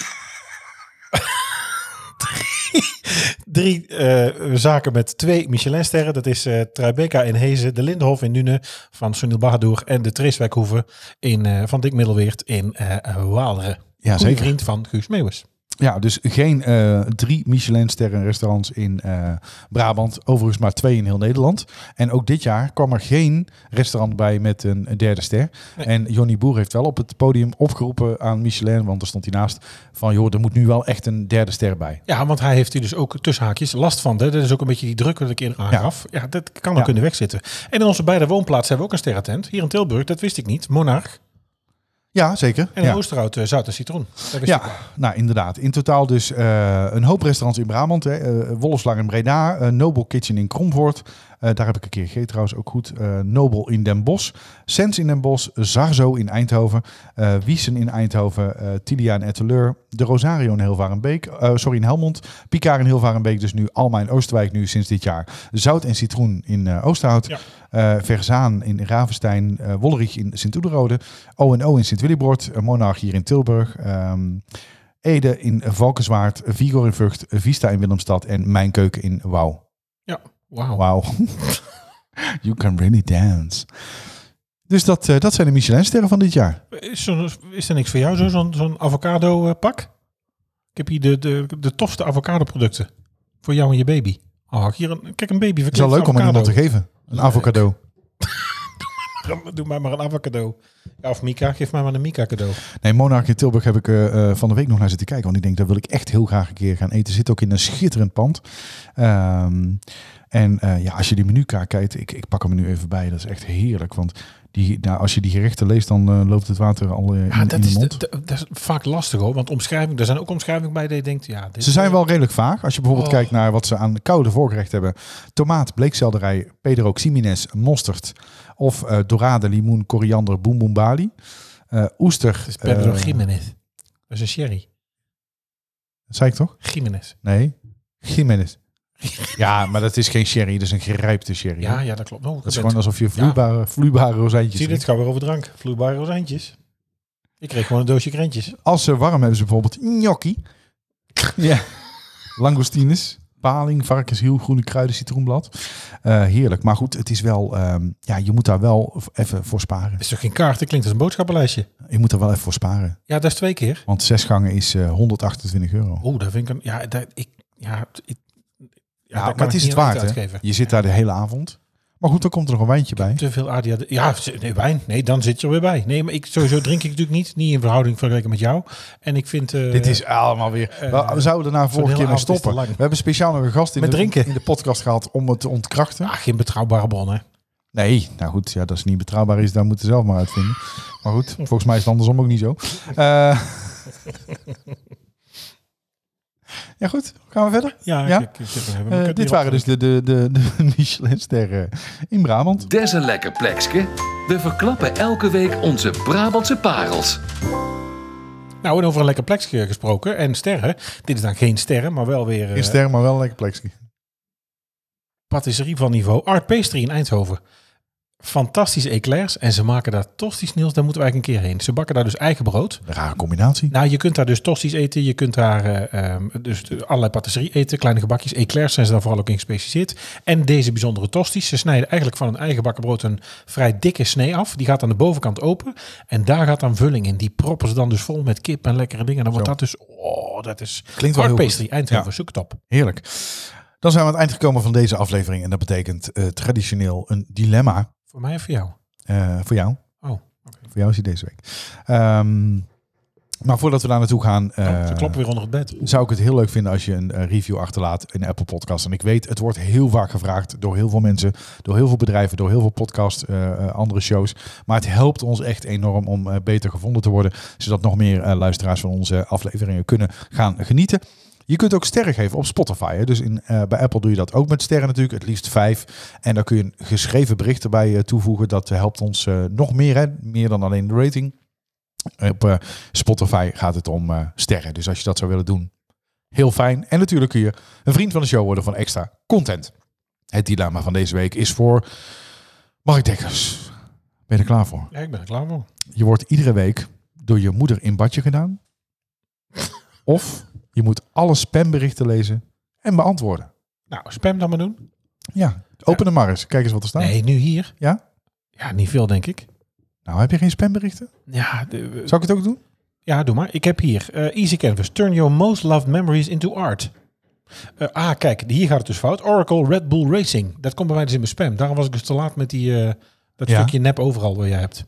Drie uh, zaken met twee Michelinsterren. Dat is uh, Tribeca in Hezen, de Lindenhof in Nune van Sunil Bahadur en de Treeswijkhoeve in, uh, van Dick Middelweert in uh, Waalre. Ja, zeker. Vriend van Guus Meeuwis. Ja, dus geen uh, drie Michelin-sterren restaurants in uh, Brabant. Overigens maar twee in heel Nederland. En ook dit jaar kwam er geen restaurant bij met een, een derde ster. Nee. En Johnny Boer heeft wel op het podium opgeroepen aan Michelin. Want er stond hij naast van, joh, er moet nu wel echt een derde ster bij. Ja, want hij heeft hier dus ook tussen haakjes last van. Hè? Dat is ook een beetje die druk wat ik eerder aangaf. Ja, ja dat kan ook ja. kunnen wegzitten. En in onze beide woonplaatsen hebben we ook een sterrentent. Hier in Tilburg, dat wist ik niet. Monarch. Ja, zeker. En een ja. Oosterhout uh, zout en citroen. Ja, nou inderdaad. In totaal dus uh, een hoop restaurants in Brabant. Hè. Uh, Wolfslang in Breda, uh, Noble Kitchen in Kromvoort. Uh, daar heb ik een keer gegeten trouwens, ook goed. Uh, Noble in Den Bosch, Sens in Den Bosch, Zarzo in Eindhoven, uh, Wiesen in Eindhoven, uh, Tilia in Etteleur, de Rosario in Hilvarenbeek, uh, sorry in Helmond, Picard in Hilvarenbeek, dus nu Alma in Oosterwijk nu sinds dit jaar. Zout en citroen in uh, Oosterhout. Ja. Uh, Verzaan in Ravenstein. Uh, Wollerich in Sint-Oederode. O en O in Sint-Willibrord. Uh, Monarch hier in Tilburg. Um, Ede in Valkenswaard. Vigor in Vught. Vista in Willemstad. En Mijn Keuken in Wouw. Ja, wauw. Wow. You can really dance. Dus dat, uh, dat zijn de Michelinsterren van dit jaar. Is, zo, is er niks voor jou, zo, zo'n, zo'n avocado uh, pak? Ik heb hier de, de, de tofste avocado producten. Voor jou en je baby. Oh, hier een, kijk, een baby verkleed. Het is wel leuk om aan iemand te geven. Een leuk. avocado. Doe maar maar een avocado. Ja, of Mika, geef mij maar een Mika cadeau. Nee, Monarch in Tilburg heb ik uh, van de week nog naar zitten kijken. Want ik denk, daar wil ik echt heel graag een keer gaan eten. Zit ook in een schitterend pand. Um, en uh, ja, als je die menukaart kijkt, ik, ik pak hem er nu even bij. Dat is echt heerlijk. Want die, nou, als je die gerechten leest, dan uh, loopt het water al uh, in, ja, dat in de is mond. De, de, dat is vaak lastig hoor. Want omschrijving, er zijn ook omschrijvingen bij dat je denkt, ja... Dit ze zijn wel redelijk vaag. Als je bijvoorbeeld oh. kijkt naar wat ze aan koude voorgerecht hebben. Tomaat, bleekselderij, Pedro Ximenez, mosterd. Of uh, dorade, limoen, koriander, boem boem bali. Uh, oester. Het is Pedro uh, Ximenez. Dat is een sherry. Dat zei ik toch? Ximenez. Nee, Ximenez. Ja, maar dat is geen sherry, dat is een gerijpte sherry. Ja, ja, dat klopt. Oh, dat is gewoon alsof je vloeibare, ja. vloeibare rozijntjes... Zie je, dit gaat weer over drank. Vloeibare rozijntjes. Ik kreeg gewoon een doosje krentjes. Als ze warm hebben ze bijvoorbeeld gnocchi. Ja. Langoustines. Paling, varkenshiel, groene kruiden, citroenblad. Uh, heerlijk. Maar goed, het is wel... Um, ja, je moet daar wel even voor sparen. Is toch geen kaart? Dat klinkt als een boodschappenlijstje. Je moet er wel even voor sparen. Ja, dat is twee keer. Want zes gangen is uh, honderdachtentwintig euro. Oeh, dat vind ik... Een, ja, dat, ik... Ja, ik Ja, ja maar het is het waard, hè? Je zit daar de hele avond. Maar goed, dan komt er nog een wijntje bij. Te veel A D H D. Ja, nee, wijn. Nee, dan zit je er weer bij. Nee, maar ik, sowieso drink ik natuurlijk niet. Niet in verhouding vergeleken met jou. En ik vind... Uh, Dit is allemaal weer... Uh, we zouden er na vorige keer mee stoppen. We hebben speciaal nog een gast in met de, drinken. in de podcast gehad om het te ontkrachten. Ah, geen betrouwbare bronnen. Nee, nou goed. Ja, dat is niet betrouwbaar is, daar moeten ze zelf maar uitvinden. Maar goed, volgens mij is het andersom ook niet zo. Uh, Ja goed, gaan we verder? Ja, ja? Ik, ik, ik, ik, ik, uh, dit waren dus de, de, de, de Michelinsterren in Brabant. Des een lekker plekske. We verklappen elke week onze Brabantse parels. Nou, en over een lekker plekje gesproken. En sterren. Dit is dan geen sterren, maar wel weer... Uh, geen sterren, maar wel een lekker plekje. Patisserie van niveau. Art Pastry in Eindhoven. Fantastische eclairs. En ze maken daar tosties, Niels. Daar moeten we eigenlijk een keer heen. Ze bakken daar dus eigen brood. Een rare combinatie. Nou, je kunt daar dus tosties eten. Je kunt daar uh, um, dus allerlei patisserie eten. Kleine gebakjes. Eclairs zijn ze daar vooral ook in gespecialiseerd. En deze bijzondere tosties. Ze snijden eigenlijk van een eigen bakken brood een vrij dikke snee af. Die gaat aan de bovenkant open. En daar gaat dan vulling in. Die proppen ze dan dus vol met kip en lekkere dingen. En dan wordt Zo. dat dus... Oh, dat is... Klinkt wel Art heel Pastry, goed. Eindhoven. Ja. Zoek het op. Heerlijk. Dan zijn we aan het eind gekomen van deze aflevering. En dat betekent uh, traditioneel een dilemma. Voor mij of voor jou? Uh, voor jou. Oh, okay. Voor jou is hij deze week. Um, maar voordat we daar naartoe gaan... Uh, oh, ze kloppen weer onder het bed. Zou ik het heel leuk vinden als je een uh, review achterlaat in Apple Podcasts. En ik weet, het wordt heel vaak gevraagd door heel veel mensen, door heel veel bedrijven, door heel veel podcasts, uh, uh, andere shows. Maar het helpt ons echt enorm om uh, beter gevonden te worden, zodat nog meer uh, luisteraars van onze afleveringen kunnen gaan genieten. Je kunt ook sterren geven op Spotify. Hè. Dus in, uh, bij Apple doe je dat ook met sterren natuurlijk. Het liefst vijf. En daar kun je een geschreven bericht erbij uh, toevoegen. Dat uh, helpt ons uh, nog meer. Hè. Meer dan alleen de rating. Op uh, Spotify gaat het om uh, sterren. Dus als je dat zou willen doen, heel fijn. En natuurlijk kun je een vriend van de show worden van extra content. Het dilemma van deze week is voor Mark Dekkers. Ben je er klaar voor? Ja, ik ben er klaar voor. Je wordt iedere week door je moeder in badje gedaan. Of... je moet alle spamberichten lezen en beantwoorden. Nou, spam dan maar doen. Ja, open hem maar eens. Kijk eens wat er staat. Nee, nu hier. Ja? Ja, niet veel denk ik. Nou, heb je geen spamberichten? Ja. De, uh, Zal ik het ook doen? Ja, doe maar. Ik heb hier uh, Easy Canvas. Turn your most loved memories into art. Uh, ah, kijk. Hier gaat het dus fout. Oracle Red Bull Racing. Dat komt bij mij dus in mijn spam. Daarom was ik dus te laat met die, uh, dat ja. stukje nep overal waar jij hebt.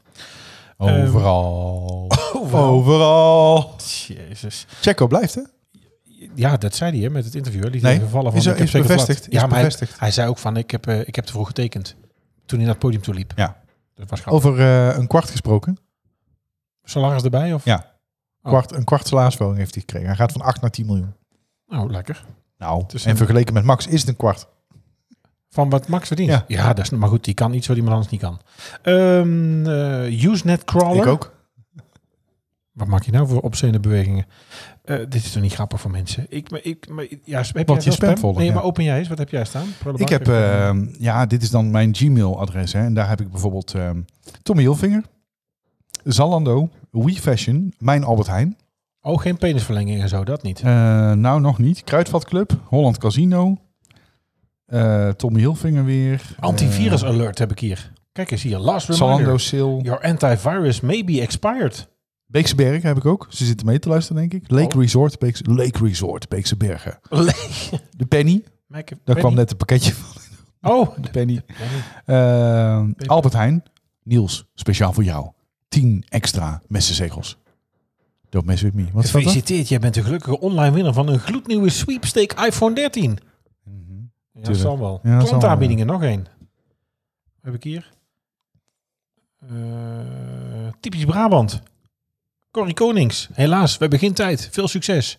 Overal. Um, overal. Overal. Jezus. Checo blijft, hè? Ja, dat zei hij hè, met het interview. Hij liet nee, gevallen van, is, er, ik heb is bevestigd. Ja, is maar bevestigd. Hij, hij zei ook van, ik heb, uh, ik heb ervoor getekend. Toen hij naar het podium toe liep. Ja. Dat was over uh, een kwart gesproken. Salaris erbij? Of? Ja. Oh. Kwart, een kwart salarisverhoging heeft hij gekregen. Hij gaat van acht naar tien miljoen. Nou, lekker. Nou, en een... vergeleken met Max is het een kwart. Van wat Max verdient? Ja, ja dat is, maar goed, die kan iets wat iemand anders niet kan. Um, uh, Usenet Crawler. Ik ook. Wat maak je nou voor obscene bewegingen? Uh, dit is toch niet grappig voor mensen? Ik, maar, ik, maar, ja, heb Wat jij je spamfolder, Nee, ja. maar open jij eens. Wat heb jij staan? Ik heb, uh, ja, dit is dan mijn Gmail-adres. Hè, en daar heb ik bijvoorbeeld uh, Tommy Hilfiger, Zalando, WeFashion, Mijn Albert Heijn. Oh, geen penisverlenging en zo, dat niet? Uh, nou, nog niet. Kruidvatclub, Holland Casino, uh, Tommy Hilfiger weer. Antivirus uh, alert heb ik hier. Kijk eens hier. Last reminder. Zalando sale. Your antivirus may be expired. Beekse Bergen heb ik ook. Ze zitten mee te luisteren, denk ik. Lake oh. Resort, Beekse, Lake Resort, Beekse Bergen. De Penny. Mac- Daar Penny. kwam net een pakketje van. Oh, de Penny. Uh, Albert Heijn. Niels, speciaal voor jou. tien extra messenzegels. Don't mess with me. Wat Gefeliciteerd, jij bent de gelukkige online winnaar van een gloednieuwe sweepstake iPhone dertien. Mm-hmm. Ja, dat zal wel. Ja, klantaanbiedingen, nog één. Wat heb ik hier? Uh, typisch Brabant. Corrie Konings. Helaas, we hebben geen tijd. Veel succes.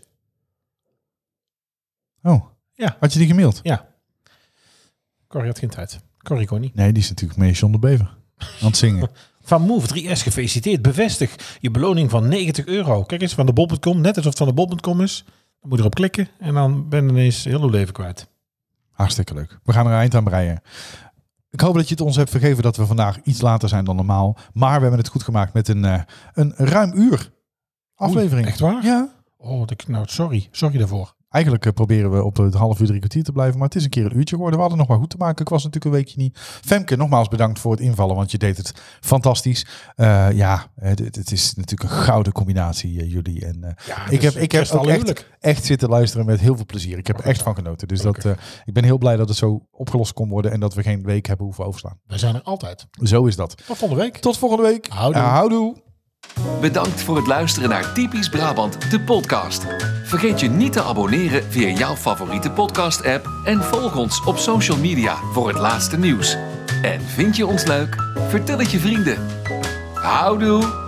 Oh, ja. Had je die gemaild? Ja. Corrie had geen tijd. Corrie kon niet. Nee, die is natuurlijk mee John de Bever aan het zingen. Van Move drie S gefeliciteerd. Bevestig je beloning van negentig euro. Kijk eens, van de bol punt com. Net alsof het van de bol punt com is. Dan moet je erop klikken en dan ben je ineens heel uw leven kwijt. Hartstikke leuk. We gaan er een eind aan breien. Ik hoop dat je het ons hebt vergeven dat we vandaag iets later zijn dan normaal. Maar we hebben het goed gemaakt met een, uh, een ruim uur aflevering. Oei, echt waar? Ja. Oh, de, nou, sorry. Sorry daarvoor. Eigenlijk uh, proberen we op het half uur, drie kwartier te blijven. Maar het is een keer een uurtje geworden. We hadden nog wel goed te maken. Ik was natuurlijk een weekje niet. Femke, nogmaals bedankt voor het invallen. Want je deed het fantastisch. Uh, ja, het, het is natuurlijk een gouden combinatie, uh, jullie. En uh, ja, ik dus heb, ik heb ook echt, echt zitten luisteren met heel veel plezier. Ik heb er echt van genoten. Dus dat, uh, ik ben heel blij dat het zo opgelost kon worden. En dat we geen week hebben hoeven overslaan. We zijn er altijd. Zo is dat. Tot volgende week. Tot volgende week. Houdoe. Uh, houdoe. Bedankt voor het luisteren naar Typisch Brabant, de podcast. Vergeet je niet te abonneren via jouw favoriete podcast-app en volg ons op social media voor het laatste nieuws. En vind je ons leuk? Vertel het je vrienden. Houdoe!